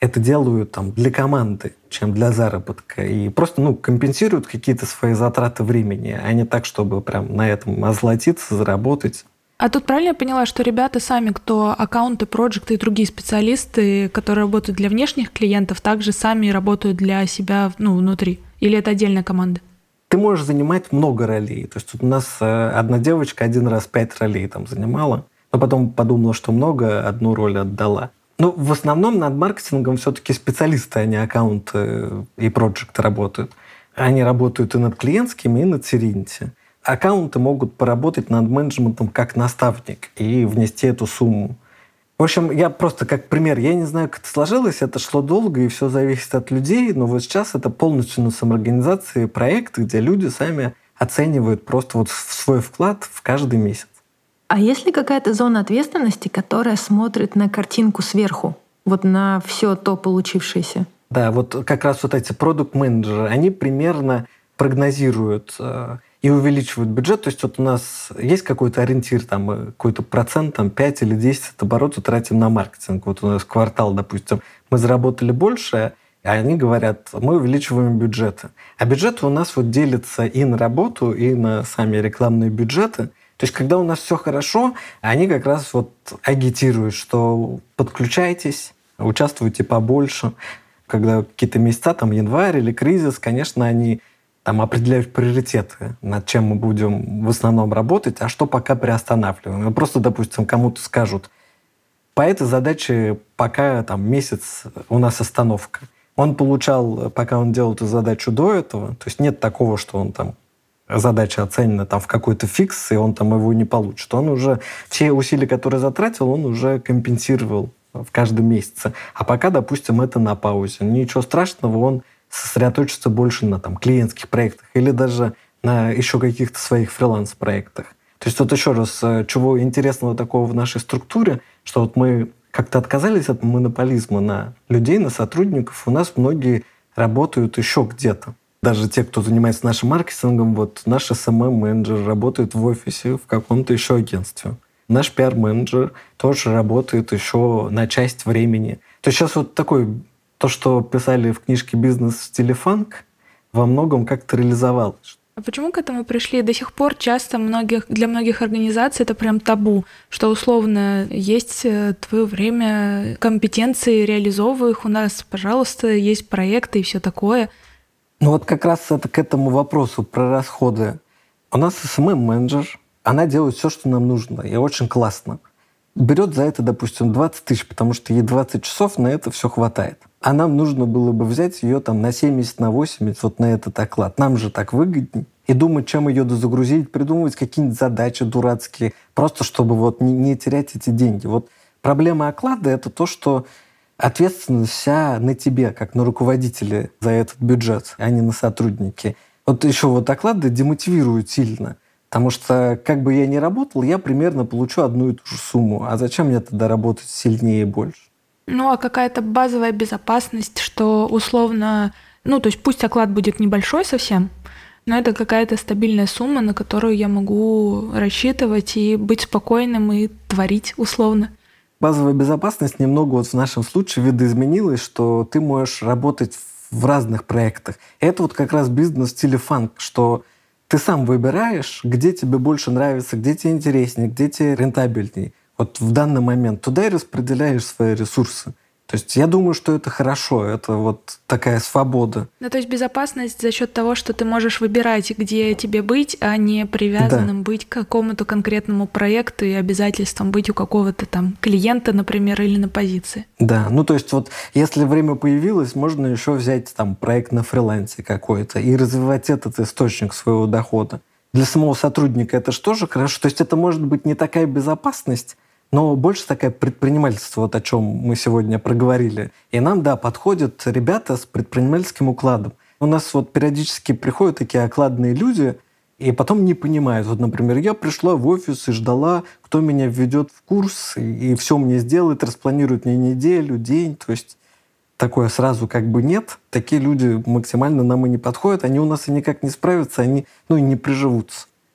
это делают там для команды, чем для заработка. И просто ну, компенсируют какие-то свои затраты времени, а не так, чтобы прям на этом озолотиться, заработать. А тут правильно я поняла, что ребята сами, кто аккаунты, проекты и другие специалисты, которые работают для внешних клиентов, также сами работают для себя ну, внутри? Или это отдельная команда? Ты можешь занимать много ролей. То есть тут у нас одна девочка один раз пять ролей там занимала, но потом подумала, что много, одну роль отдала. Ну, в основном над маркетингом все-таки специалисты, а не аккаунты и проекты работают. Они работают и над клиентскими, и над серийностью. Аккаунты могут поработать над менеджментом как наставник и внести эту сумму. В общем, я просто как пример, я не знаю, как это сложилось, это шло долго, и все зависит от людей, но вот сейчас это полностью на самоорганизации проекты, где люди сами оценивают просто вот свой вклад в каждый месяц. А есть ли какая-то зона ответственности, которая смотрит на картинку сверху, вот на все то получившееся? Да, вот как раз вот эти продукт-менеджеры, они примерно прогнозируют э, и увеличивают бюджет. То есть вот у нас есть какой-то ориентир, там, какой-то процент, там, пять или десять от оборота тратим на маркетинг. Вот у нас квартал, допустим, мы заработали больше, а они говорят, мы увеличиваем бюджеты. А бюджеты у нас вот делятся и на работу, и на сами рекламные бюджеты. То есть, когда у нас все хорошо, они как раз вот агитируют, что подключайтесь, участвуйте побольше. Когда какие-то месяца, там январь или кризис, конечно, они там определяют приоритеты, над чем мы будем в основном работать, а что пока приостанавливаем. Ну, просто, допустим, кому-то скажут, по этой задаче пока там месяц у нас остановка. Он получал, пока он делал эту задачу до этого, то есть нет такого, что он там задача оценена там в какой-то фикс, и он там его не получит. Он уже все усилия, которые затратил, он уже компенсировал в каждом месяце. А пока, допустим, это на паузе. Ничего страшного, он сосредоточиться больше на там, клиентских проектах или даже на еще каких-то своих фриланс-проектах. То есть вот еще раз, чего интересного такого в нашей структуре, что вот мы как-то отказались от монополизма на людей, на сотрудников. У нас многие работают еще где-то. Даже те, кто занимается нашим маркетингом, вот наш эс эм эм-менеджер работает в офисе, в каком-то еще агентстве. Наш пиар-менеджер тоже работает еще на часть времени. То есть сейчас вот такой, то, что писали в книжке «Бизнес в стиле фанк», во многом как-то реализовалось. А почему к этому пришли? До сих пор часто многих, для многих организаций это прям табу, что условно есть твое время, компетенции, реализовывай их у нас, пожалуйста, есть проекты и все такое. Ну вот как раз это к этому вопросу про расходы. У нас эс эм эм-менеджер, она делает все, что нам нужно, и очень классно. Берет за это, допустим, двадцать тысяч, потому что ей двадцать часов на это все хватает. А нам нужно было бы взять ее там на семьдесят, на восемьдесят, вот на этот оклад. Нам же так выгоднее. И думать, чем ее дозагрузить, придумывать какие-нибудь задачи дурацкие, просто чтобы вот не, не терять эти деньги. Вот проблема оклада — это то, что ответственность вся на тебе, как на руководителе за этот бюджет, а не на сотруднике. Вот еще вот оклады демотивируют сильно. Потому что, как бы я ни работал, я примерно получу одну и ту же сумму. А зачем мне тогда работать сильнее и больше? Ну, а какая-то базовая безопасность, что условно... Ну, то есть пусть оклад будет небольшой совсем, но это какая-то стабильная сумма, на которую я могу рассчитывать и быть спокойным и творить условно. Базовая безопасность немного вот в нашем случае видоизменилась, что ты можешь работать в разных проектах. И это вот как раз бизнес в стиле фанк, что ты сам выбираешь, где тебе больше нравится, где тебе интереснее, где тебе рентабельнее. Вот в данный момент туда и распределяешь свои ресурсы. То есть я думаю, что это хорошо, это вот такая свобода. Ну, то есть безопасность за счет того, что ты можешь выбирать, где тебе быть, а не привязанным да. быть к какому-то конкретному проекту и обязательствам быть у какого-то там клиента, например, или на позиции. Да, ну то есть вот если время появилось, можно еще взять там проект на фрилансе какой-то и развивать этот источник своего дохода. Для самого сотрудника это же тоже хорошо. То есть это может быть не такая безопасность, но больше такое предпринимательство, вот о чем мы сегодня проговорили. И нам, да, подходят ребята с предпринимательским укладом. У нас вот периодически приходят такие окладные люди, и потом не понимают. Вот, например, я пришла в офис и ждала, кто меня введет в курс, и, и все мне сделает, распланирует мне неделю, день. То есть такое сразу как бы нет. Такие люди максимально нам и не подходят. Они у нас и никак не справятся, они ну, и не приживутся.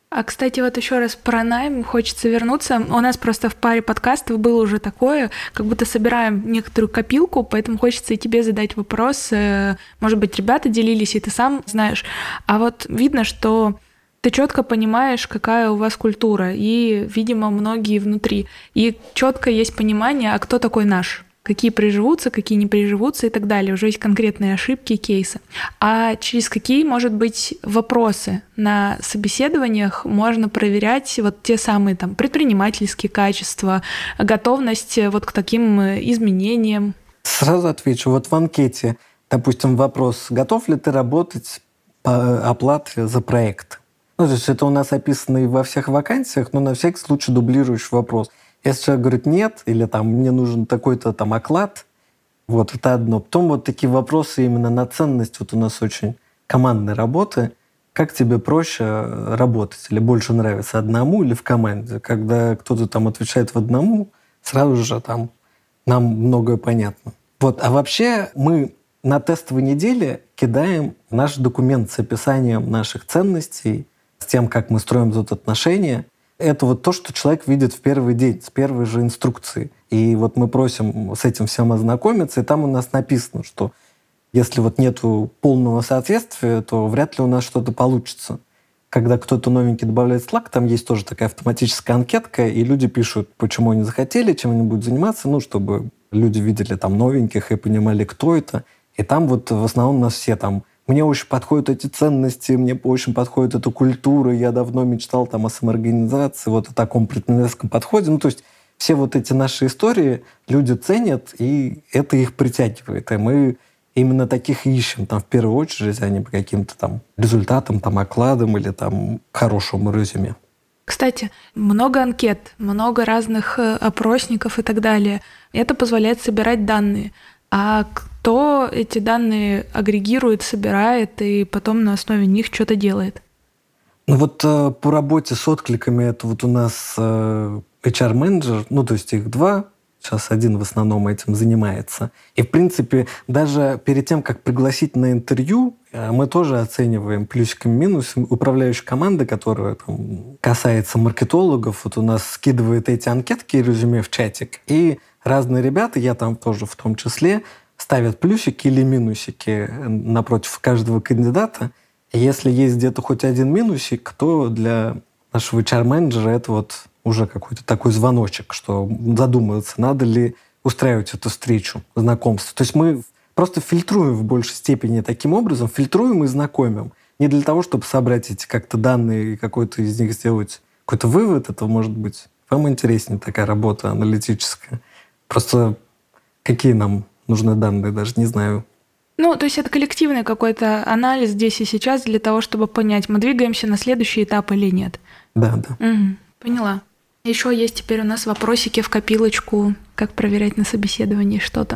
А, кстати, вот еще раз про найм хочется вернуться. У нас просто в паре подкастов было уже такое, как будто собираем некоторую копилку, поэтому хочется и тебе задать вопрос. Может быть, ребята делились, и ты сам знаешь. А вот видно, что ты четко понимаешь, какая у вас культура, и, видимо, многие внутри. И четко есть понимание, а кто такой наш. Какие приживутся, какие не приживутся и так далее. Уже есть конкретные ошибки, кейсы. А через какие, может быть, вопросы на собеседованиях можно проверять вот те самые там предпринимательские качества, готовность вот к таким изменениям? Сразу отвечу. Вот в анкете, допустим, вопрос, готов ли ты работать по оплате за проект? Ну, то есть это у нас описано и во всех вакансиях, но на всякий случай дублируешь вопрос. Если человек говорит «нет», или там «мне нужен такой-то там оклад», вот это одно. Потом вот такие вопросы именно на ценность. Вот у нас очень командной работы. Как тебе проще работать? Или больше нравится одному или в команде? Когда кто-то там отвечает в одному, сразу же там нам многое понятно. Вот. А вообще мы на тестовой неделе кидаем наш документ с описанием наших ценностей, с тем, как мы строим тут отношения. Это вот то, что человек видит в первый день, с первой же инструкции. И вот мы просим с этим всем ознакомиться, и там у нас написано, что если вот нету полного соответствия, то вряд ли у нас что-то получится. Когда кто-то новенький добавляет Slack, там есть тоже такая автоматическая анкетка, и люди пишут, почему они захотели, чем они будут заниматься, ну, чтобы люди видели там новеньких и понимали, кто это. И там вот в основном у нас все там мне очень подходят эти ценности, мне очень подходит эта культура, я давно мечтал там о самоорганизации, вот о таком предпринимательском подходе. Ну, то есть все вот эти наши истории люди ценят, и это их притягивает. И мы именно таких ищем там в первую очередь, а не по каким-то там результатам, там, окладам или там хорошему резюме. Кстати, много анкет, много разных опросников и так далее. Это позволяет собирать данные. А кто эти данные агрегирует, собирает и потом на основе них что-то делает? Ну вот э, по работе с откликами это вот у нас э, эйч ар-менеджер, ну то есть их два, сейчас один в основном этим занимается. И в принципе даже перед тем, как пригласить на интервью, э, мы тоже оцениваем плюсиками минусами. Управляющая команда, которая там, касается маркетологов, вот у нас скидывает эти анкетки и резюме в чатик, и разные ребята, я там тоже в том числе, ставят плюсики или минусики напротив каждого кандидата. И если есть где-то хоть один минусик, то для нашего эйч ар-менеджера это вот уже какой-то такой звоночек, что задумываться, надо ли устраивать эту встречу, знакомство. То есть мы просто фильтруем в большей степени таким образом, фильтруем и знакомим. Не для того, чтобы собрать эти как-то данные и какой-то из них сделать какой-то вывод, это может быть вам интереснее такая работа аналитическая. Просто какие нам нужны данные, даже не знаю. Ну, то есть это коллективный какой-то анализ здесь и сейчас для того, чтобы понять, мы двигаемся на следующий этап или нет. Да, да. Угу, поняла. Еще есть теперь у нас вопросики в копилочку, как проверять на собеседовании что-то.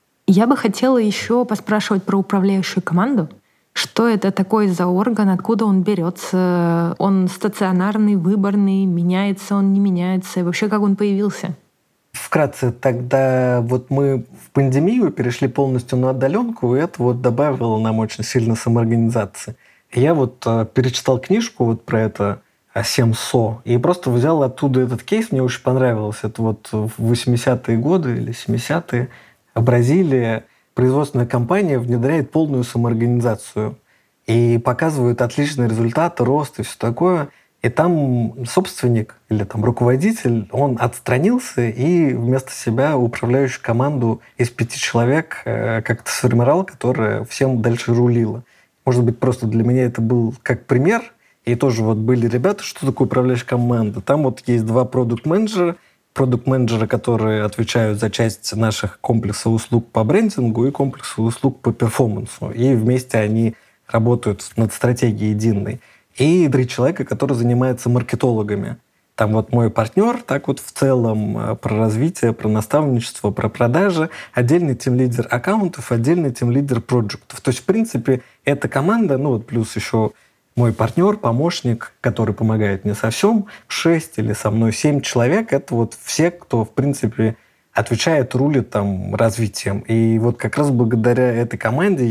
Я бы хотела еще поспрашивать про управляющую команду. Что это такой за орган, откуда он берется? Он стационарный, выборный, меняется он, не меняется? И вообще, как он появился? Вкратце, тогда вот мы в пандемию перешли полностью на удаленку, и это вот добавило нам очень сильно самоорганизации. И я вот э, перечитал книжку вот про это семь со, и просто взял оттуда этот кейс, мне очень понравилось. Это вот в восьмидесятые годы или семидесятые Бразилия, производственная компания внедряет полную самоорганизацию и показывает отличные результаты, рост и все такое. И там собственник или там руководитель, он отстранился и вместо себя управляющую команду из пяти человек как-то сформировал, которая всем дальше рулила. Может быть, просто для меня это был как пример. И тоже вот были ребята, что такое управляющая команда. Там вот есть два продукт-менеджера, продукт-менеджера, которые отвечают за часть наших комплексов услуг по брендингу и комплексов услуг по перформансу. И вместе они работают над стратегией единой. И три человека, которые занимаются маркетологами. Там вот мой партнер, так вот в целом про развитие, про наставничество, про продажи. Отдельный тимлидер аккаунтов, отдельный тимлидер проектов. То есть, в принципе, эта команда, ну вот плюс еще мой партнер, помощник, который помогает мне со всем, шесть или со мной семь человек, это вот все, кто, в принципе, отвечает, рулит там развитием. И вот как раз благодаря этой команде я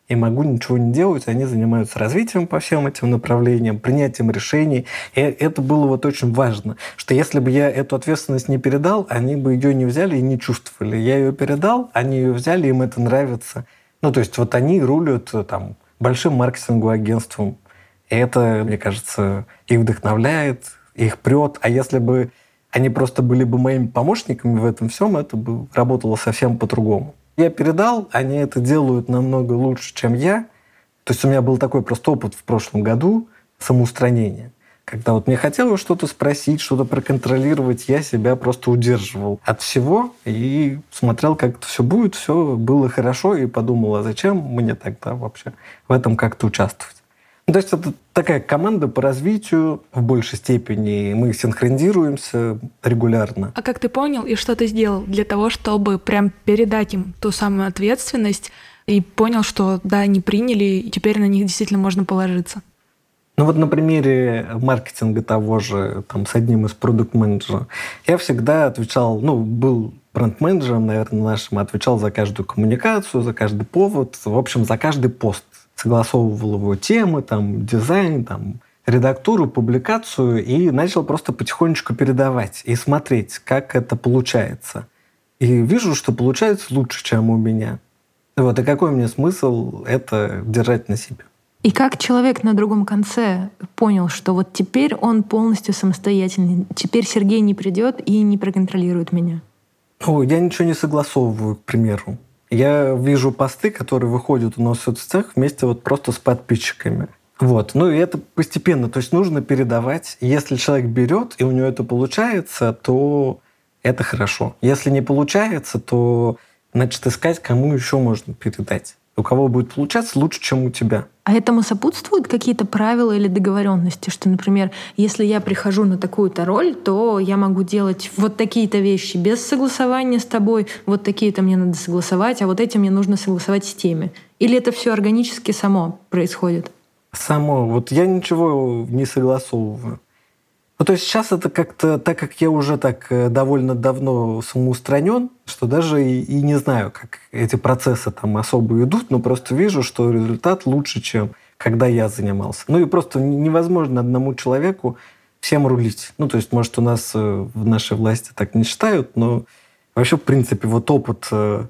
и могу ничего не делать. Они занимаются развитием по всем этим направлениям, принятием решений. И это было вот очень важно, что если бы я эту ответственность не передал, они бы ее не взяли и не чувствовали. Я ее передал, они ее взяли, им это нравится. Ну, то есть вот они рулят там большим маркетинговым агентством. И это, мне кажется, их вдохновляет, их прет. А если бы они просто были бы моими помощниками в этом всем, это бы работало совсем по-другому. Я передал, они это делают намного лучше, чем я. То есть у меня был такой просто опыт в прошлом году самоустранения. Когда вот мне хотелось что-то спросить, что-то проконтролировать, я себя просто удерживал от всего и смотрел, как это все будет. Все было хорошо, и подумал, а зачем мне тогда вообще в этом как-то участвовать? Ну, то есть это такая команда по развитию в большей степени. Мы синхронизируемся регулярно. А как ты понял и что ты сделал для того, чтобы прям передать им ту самую ответственность и понял, что да, они приняли, и теперь на них действительно можно положиться? Ну вот на примере маркетинга того же, там, с одним из продукт-менеджеров, я всегда отвечал, ну, был бренд-менеджером, наверное, нашим, отвечал за каждую коммуникацию, за каждый повод, в общем, за каждый пост. Согласовывал его темы, там, дизайн, там, редактуру, публикацию, и начал просто потихонечку передавать и смотреть, как это получается. И вижу, что получается лучше, чем у меня. Вот, и какой мне смысл это держать на себе? И как человек на другом конце понял, что вот теперь он полностью самостоятельный, теперь Сергей не придет и не проконтролирует меня? Ну, я ничего не согласовываю, к примеру. Я вижу посты, которые выходят у нас в соцсетях вместе вот просто с подписчиками. Вот. Ну и это постепенно. То есть нужно передавать. Если человек берет, и у него это получается, то это хорошо. Если не получается, то значит искать, кому еще можно передать. У кого будет получаться лучше, чем у тебя. А этому сопутствуют какие-то правила или договоренности, что, например, если я прихожу на такую-то роль, то я могу делать вот такие-то вещи без согласования с тобой, вот такие-то мне надо согласовать, а вот эти мне нужно согласовать с теми. Или это все органически само происходит? Само. Вот я ничего не согласовываю. Ну, то есть сейчас это как-то, так как я уже так довольно давно самоустранен, что даже и, и не знаю, как эти процессы там особо идут, но просто вижу, что результат лучше, чем когда я занимался. Ну и просто невозможно одному человеку всем рулить. Ну, то есть, может, у нас в нашей власти так не считают, но вообще, в принципе, вот опыт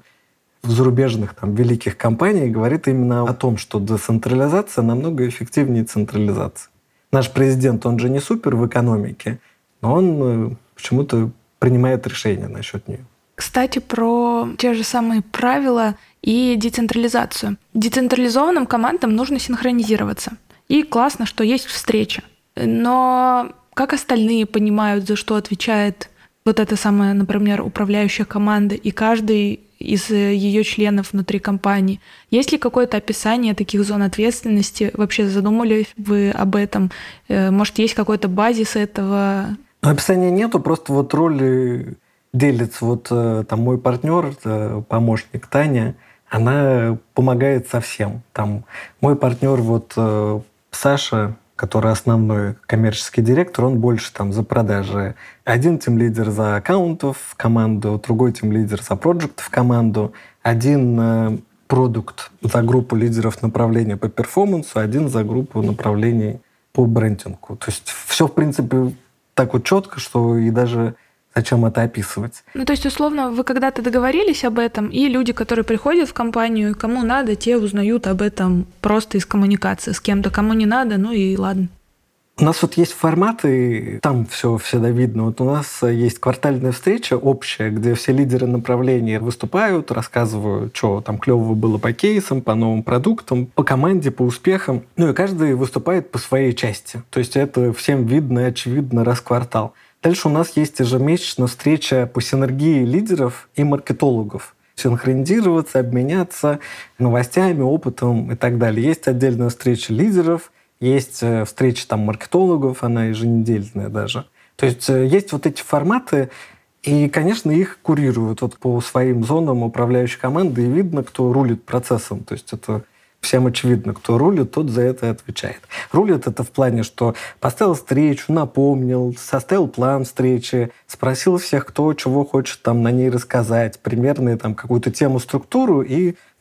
зарубежных там великих компаний говорит именно о том, что децентрализация намного эффективнее централизации. Наш президент, он же не супер в экономике, но он почему-то принимает решения насчет нее. Кстати, про те же самые правила и децентрализацию. Децентрализованным командам нужно синхронизироваться. И классно, что есть встреча. Но как остальные понимают, за что отвечает вот эта самая, например, управляющая команда, и каждый из ее членов внутри компании? Есть ли какое-то описание таких зон ответственности? Вообще задумали вы об этом? Может, есть какой-то базис этого? Описания нету, просто вот роли делятся. Вот там мой партнер, помощник Таня, она помогает со всем. Там мой партнер вот Саша, который основной коммерческий директор, он больше там за продажи. Один тимлидер за аккаунтов в команду, другой тимлидер за проектов в команду, один продукт за группу лидеров направления по перформансу, один за группу направлений по брендингу. То есть все, в принципе, так вот четко, что и даже зачем это описывать. Ну, то есть, условно, вы когда-то договорились об этом, и люди, которые приходят в компанию, кому надо, те узнают об этом просто из коммуникации с кем-то. Кому не надо, ну и ладно. У нас вот есть форматы, там все всегда видно. Вот у нас есть квартальная встреча общая, где все лидеры направлений выступают, рассказывают, что там клевого было по кейсам, по новым продуктам, по команде, по успехам. Ну и каждый выступает по своей части. То есть это всем видно и очевидно раз в квартал. Дальше у нас есть ежемесячная встреча по синергии лидеров и маркетологов. Синхронизироваться, обменяться новостями, опытом и так далее. Есть отдельная встреча лидеров, есть встреча там маркетологов, она еженедельная даже. То есть есть вот эти форматы, и, конечно, их курируют вот по своим зонам управляющей команды, и видно, кто рулит процессом. То есть это всем очевидно, кто рулит, тот за это отвечает. Рулит это в плане, что поставил встречу, напомнил, составил план встречи, спросил всех, кто чего хочет там на ней рассказать, примерно там какую-то тему, структуру, и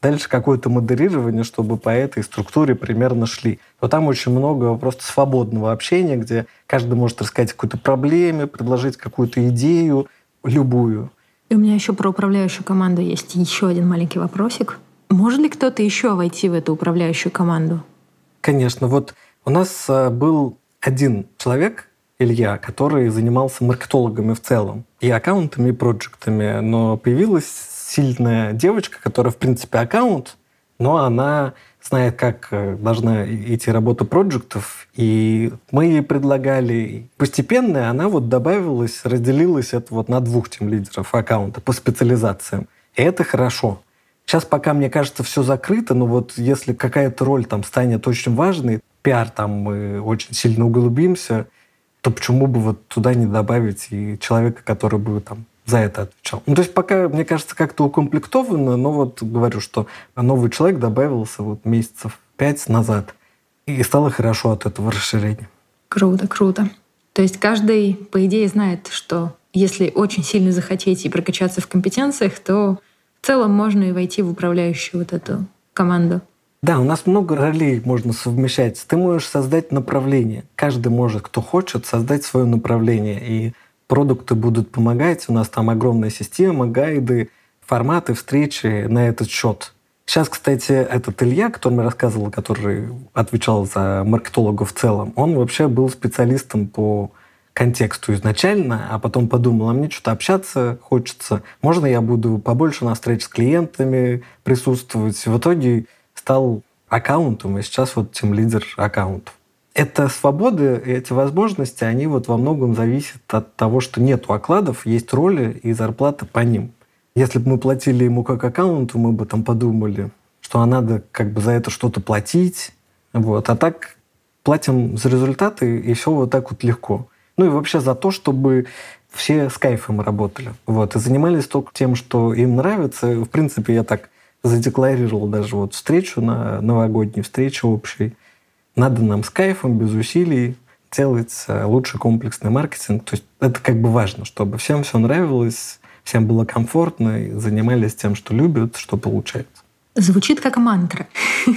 дальше какое-то модерирование, чтобы по этой структуре примерно шли. Но там очень много просто свободного общения, где каждый может рассказать о какой-то проблеме, предложить какую-то идею, любую. И у меня еще про управляющую команду есть еще один маленький вопросик. Может ли кто-то еще войти в эту управляющую команду? Конечно. Вот у нас был один человек, Илья, который занимался маркетологами в целом, и аккаунтами, и проектами. Но появилась сильная девочка, которая, в принципе, аккаунт, но она знает, как должна идти работа проектов, и мы ей предлагали. Постепенно она вот добавилась, разделилась это вот на двух тимлидеров аккаунта по специализациям. И это хорошо. Сейчас пока, мне кажется, все закрыто, но вот если какая-то роль там станет очень важной, пиар там мы очень сильно углубимся, то почему бы вот туда не добавить и человека, который бы там за это отвечал. Ну, то есть пока, мне кажется, как-то укомплектовано, но вот говорю, что новый человек добавился вот месяцев пять назад, и стало хорошо от этого расширения. Круто, круто. То есть каждый, по идее, знает, что если очень сильно захотеть и прокачаться в компетенциях, то в целом можно и войти в управляющую вот эту команду. Да, у нас много ролей можно совмещать. Ты можешь создать направление. Каждый может, кто хочет, создать свое направление. И продукты будут помогать. У нас там огромная система, гайды, форматы, встречи на этот счет. Сейчас, кстати, этот Илья, который мне рассказывал, который отвечал за маркетологов в целом, он вообще был специалистом по контексту изначально, а потом подумал, а мне что-то общаться хочется. Можно я буду побольше на встрече с клиентами присутствовать? В итоге стал аккаунтом, и сейчас вот тимлидер аккаунтов. Эта свобода и эти возможности, они вот во многом зависят от того, что нету окладов, есть роли и зарплата по ним. Если бы мы платили ему как аккаунту, мы бы там подумали, что а надо как бы за это что-то платить. Вот. А так платим за результаты, и все вот так вот легко. Ну и вообще за то, чтобы все с кайфом работали. Вот. И занимались только тем, что им нравится. В принципе, я так задекларировал даже вот встречу на новогодней встрече общей. Надо нам с кайфом, без усилий делать лучший комплексный маркетинг. То есть это как бы важно, чтобы всем все нравилось, всем было комфортно, и занимались тем, что любят, что получается. Звучит как мантра.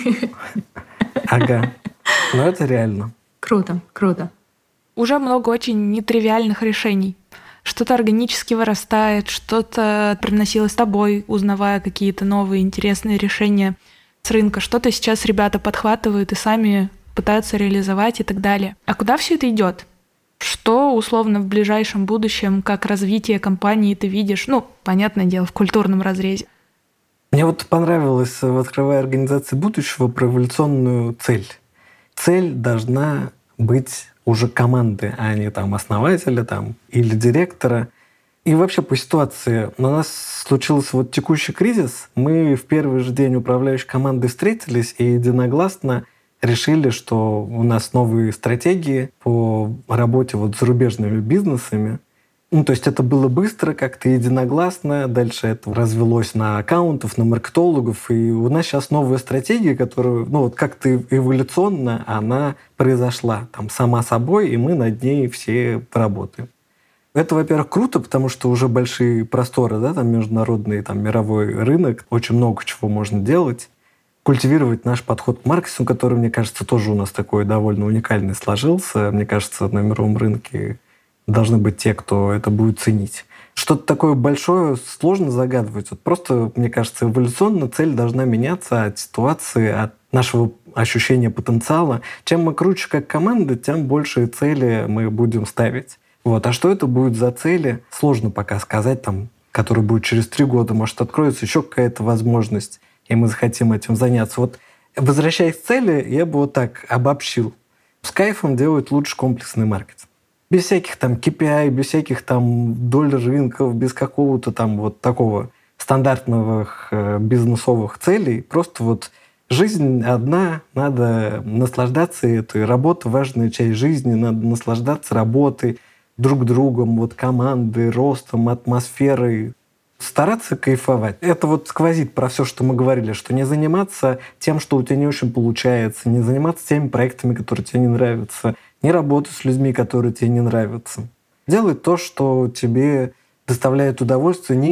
Ага. Но это реально. Круто, круто. Уже много очень нетривиальных решений. Что-то органически вырастает, что-то привносилось тобой, узнавая какие-то новые интересные решения с рынка. Что-то сейчас ребята подхватывают и сами пытаются реализовать и так далее. А куда все это идет? Что, условно, в ближайшем будущем, как развитие компании ты видишь? Ну, понятное дело, в культурном разрезе. Мне вот понравилось в «Открывая организации будущего» про эволюционную цель. Цель должна быть уже команды, а не там основателя там, или директора. И вообще по ситуации у нас случился вот текущий кризис. Мы в первый же день управляющей командой встретились и единогласно решили, что у нас новые стратегии по работе вот с зарубежными бизнесами. Ну, то есть это было быстро, как-то единогласно. Дальше это развелось на аккаунтов, на маркетологов. И у нас сейчас новая стратегия, которая, ну, вот как-то эволюционно она произошла там сама собой, и мы над ней все поработаем. Это, во-первых, круто, потому что уже большие просторы, да, там международный, там мировой рынок, очень много чего можно делать. Культивировать наш подход к маркетингу, который, мне кажется, тоже у нас такой довольно уникальный сложился. Мне кажется, на мировом рынке должны быть те, кто это будет ценить. Что-то такое большое сложно загадывать. Вот просто, мне кажется, эволюционно цель должна меняться от ситуации, от нашего ощущения потенциала. Чем мы круче как команда, тем большие цели мы будем ставить. Вот. А что это будет за цели, сложно пока сказать, там, который будет через три года, может, откроется еще какая-то возможность, и мы захотим этим заняться. Вот, возвращаясь к цели, я бы вот так обобщил. С кайфом делать лучше комплексный маркетинг. Без всяких там кей пи ай, без всяких там доль рынков, без какого-то там вот такого стандартных э, бизнесовых целей. Просто вот жизнь одна, надо наслаждаться этой. Работа — важная часть жизни, надо наслаждаться работой, друг другом, вот командой, ростом, атмосферой. Стараться кайфовать. Это вот сквозит про все, что мы говорили, что не заниматься тем, что у тебя не очень получается, не заниматься теми проектами, которые тебе не нравятся, не работать с людьми, которые тебе не нравятся. Делай то, что тебе доставляет удовольствие, не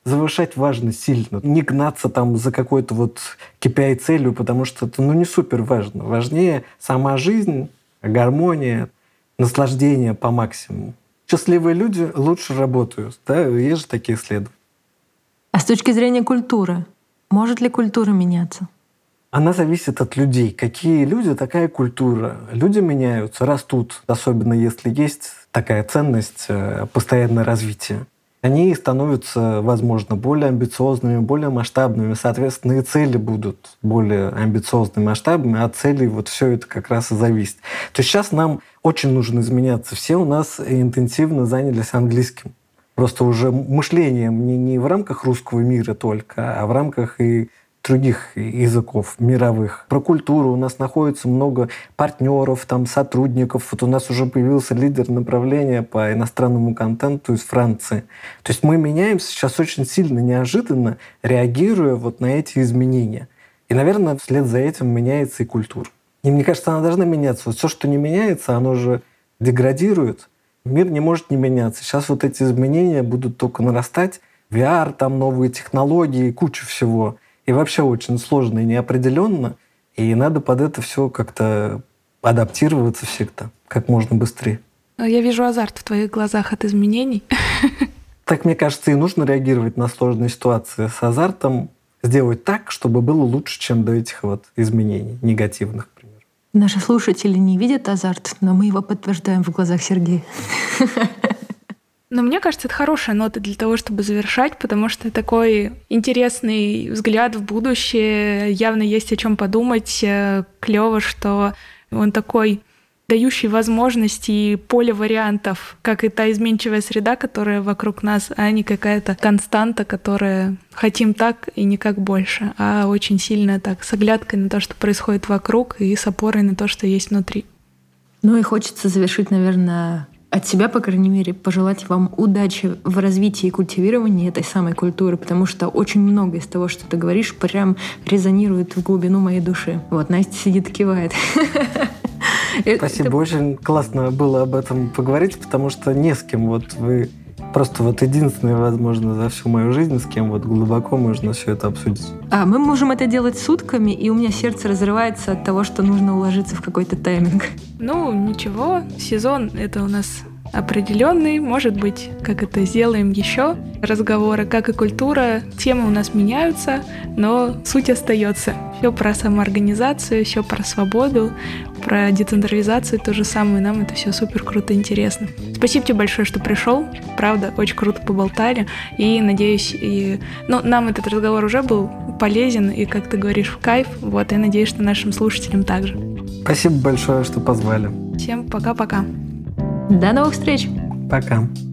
завышать важность сильно, не гнаться там за какой-то вот кей пи ай-целью, потому что это ну, не супер важно. Важнее сама жизнь, гармония, наслаждение по максимуму. Счастливые люди лучше работают. Да? Есть же такие исследования. А с точки зрения культуры, может ли культура меняться? Она зависит от людей. Какие люди, такая культура. Люди меняются, растут, особенно если есть такая ценность постоянное развитие. Они становятся, возможно, более амбициозными, более масштабными. Соответственно, и цели будут более амбициозными, масштабными, а от целей вот все это как раз и зависит. То есть сейчас нам очень нужно изменяться. Все у нас интенсивно занялись английским. Просто уже мышлением не, не в рамках русского мира только, а в рамках и других языков мировых. Про культуру у нас находится много партнеров, там, сотрудников. Вот у нас уже появился лидер направления по иностранному контенту из Франции. То есть мы меняемся сейчас очень сильно, неожиданно, реагируя вот на эти изменения. И, наверное, вслед за этим меняется и культура. И мне кажется, она должна меняться. Вот все, что не меняется, оно же деградирует. Мир не может не меняться. Сейчас вот эти изменения будут только нарастать. ви ар, там новые технологии, куча всего. И вообще очень сложно и неопределенно. И надо под это все как-то адаптироваться всегда, как можно быстрее. Я вижу азарт в твоих глазах от изменений. Так, мне кажется, и нужно реагировать на сложные ситуации с азартом, сделать так, чтобы было лучше, чем до этих вот изменений негативных, к примеру. Наши слушатели не видят азарт, но мы его подтверждаем в глазах Сергея. Но мне кажется, это хорошая нота для того, чтобы завершать, потому что такой интересный взгляд в будущее, явно есть о чем подумать. Клево, что он такой дающий возможности и поле вариантов, как и та изменчивая среда, которая вокруг нас, а не какая-то константа, которая хотим так и никак больше, а очень сильно так с оглядкой на то, что происходит вокруг, и с опорой на то, что есть внутри. Ну и хочется завершить, наверное, от себя, по крайней мере, пожелать вам удачи в развитии и культивировании этой самой культуры, потому что очень много из того, что ты говоришь, прям резонирует в глубину моей души. Вот, Настя сидит и кивает. Спасибо, это... очень классно было об этом поговорить, потому что не с кем. Вот вы просто вот единственные, возможно, за всю мою жизнь, с кем вот глубоко можно все это обсудить. А мы можем это делать сутками, и у меня сердце разрывается от того, что нужно уложиться в какой-то тайминг. Ну, ничего, сезон — это у нас определенный, может быть, как это сделаем еще разговоры, как и культура, темы у нас меняются, но суть остается. Все про самоорганизацию, все про свободу, про децентрализацию, то же самое. Нам это все супер круто интересно. Спасибо тебе большое, что пришел. Правда, очень круто поболтали. И надеюсь, и... ну, нам этот разговор уже был полезен и, как ты говоришь, в кайф. Вот, и надеюсь, что нашим слушателям также. Спасибо большое, что позвали. Всем пока-пока. До новых встреч. Пока.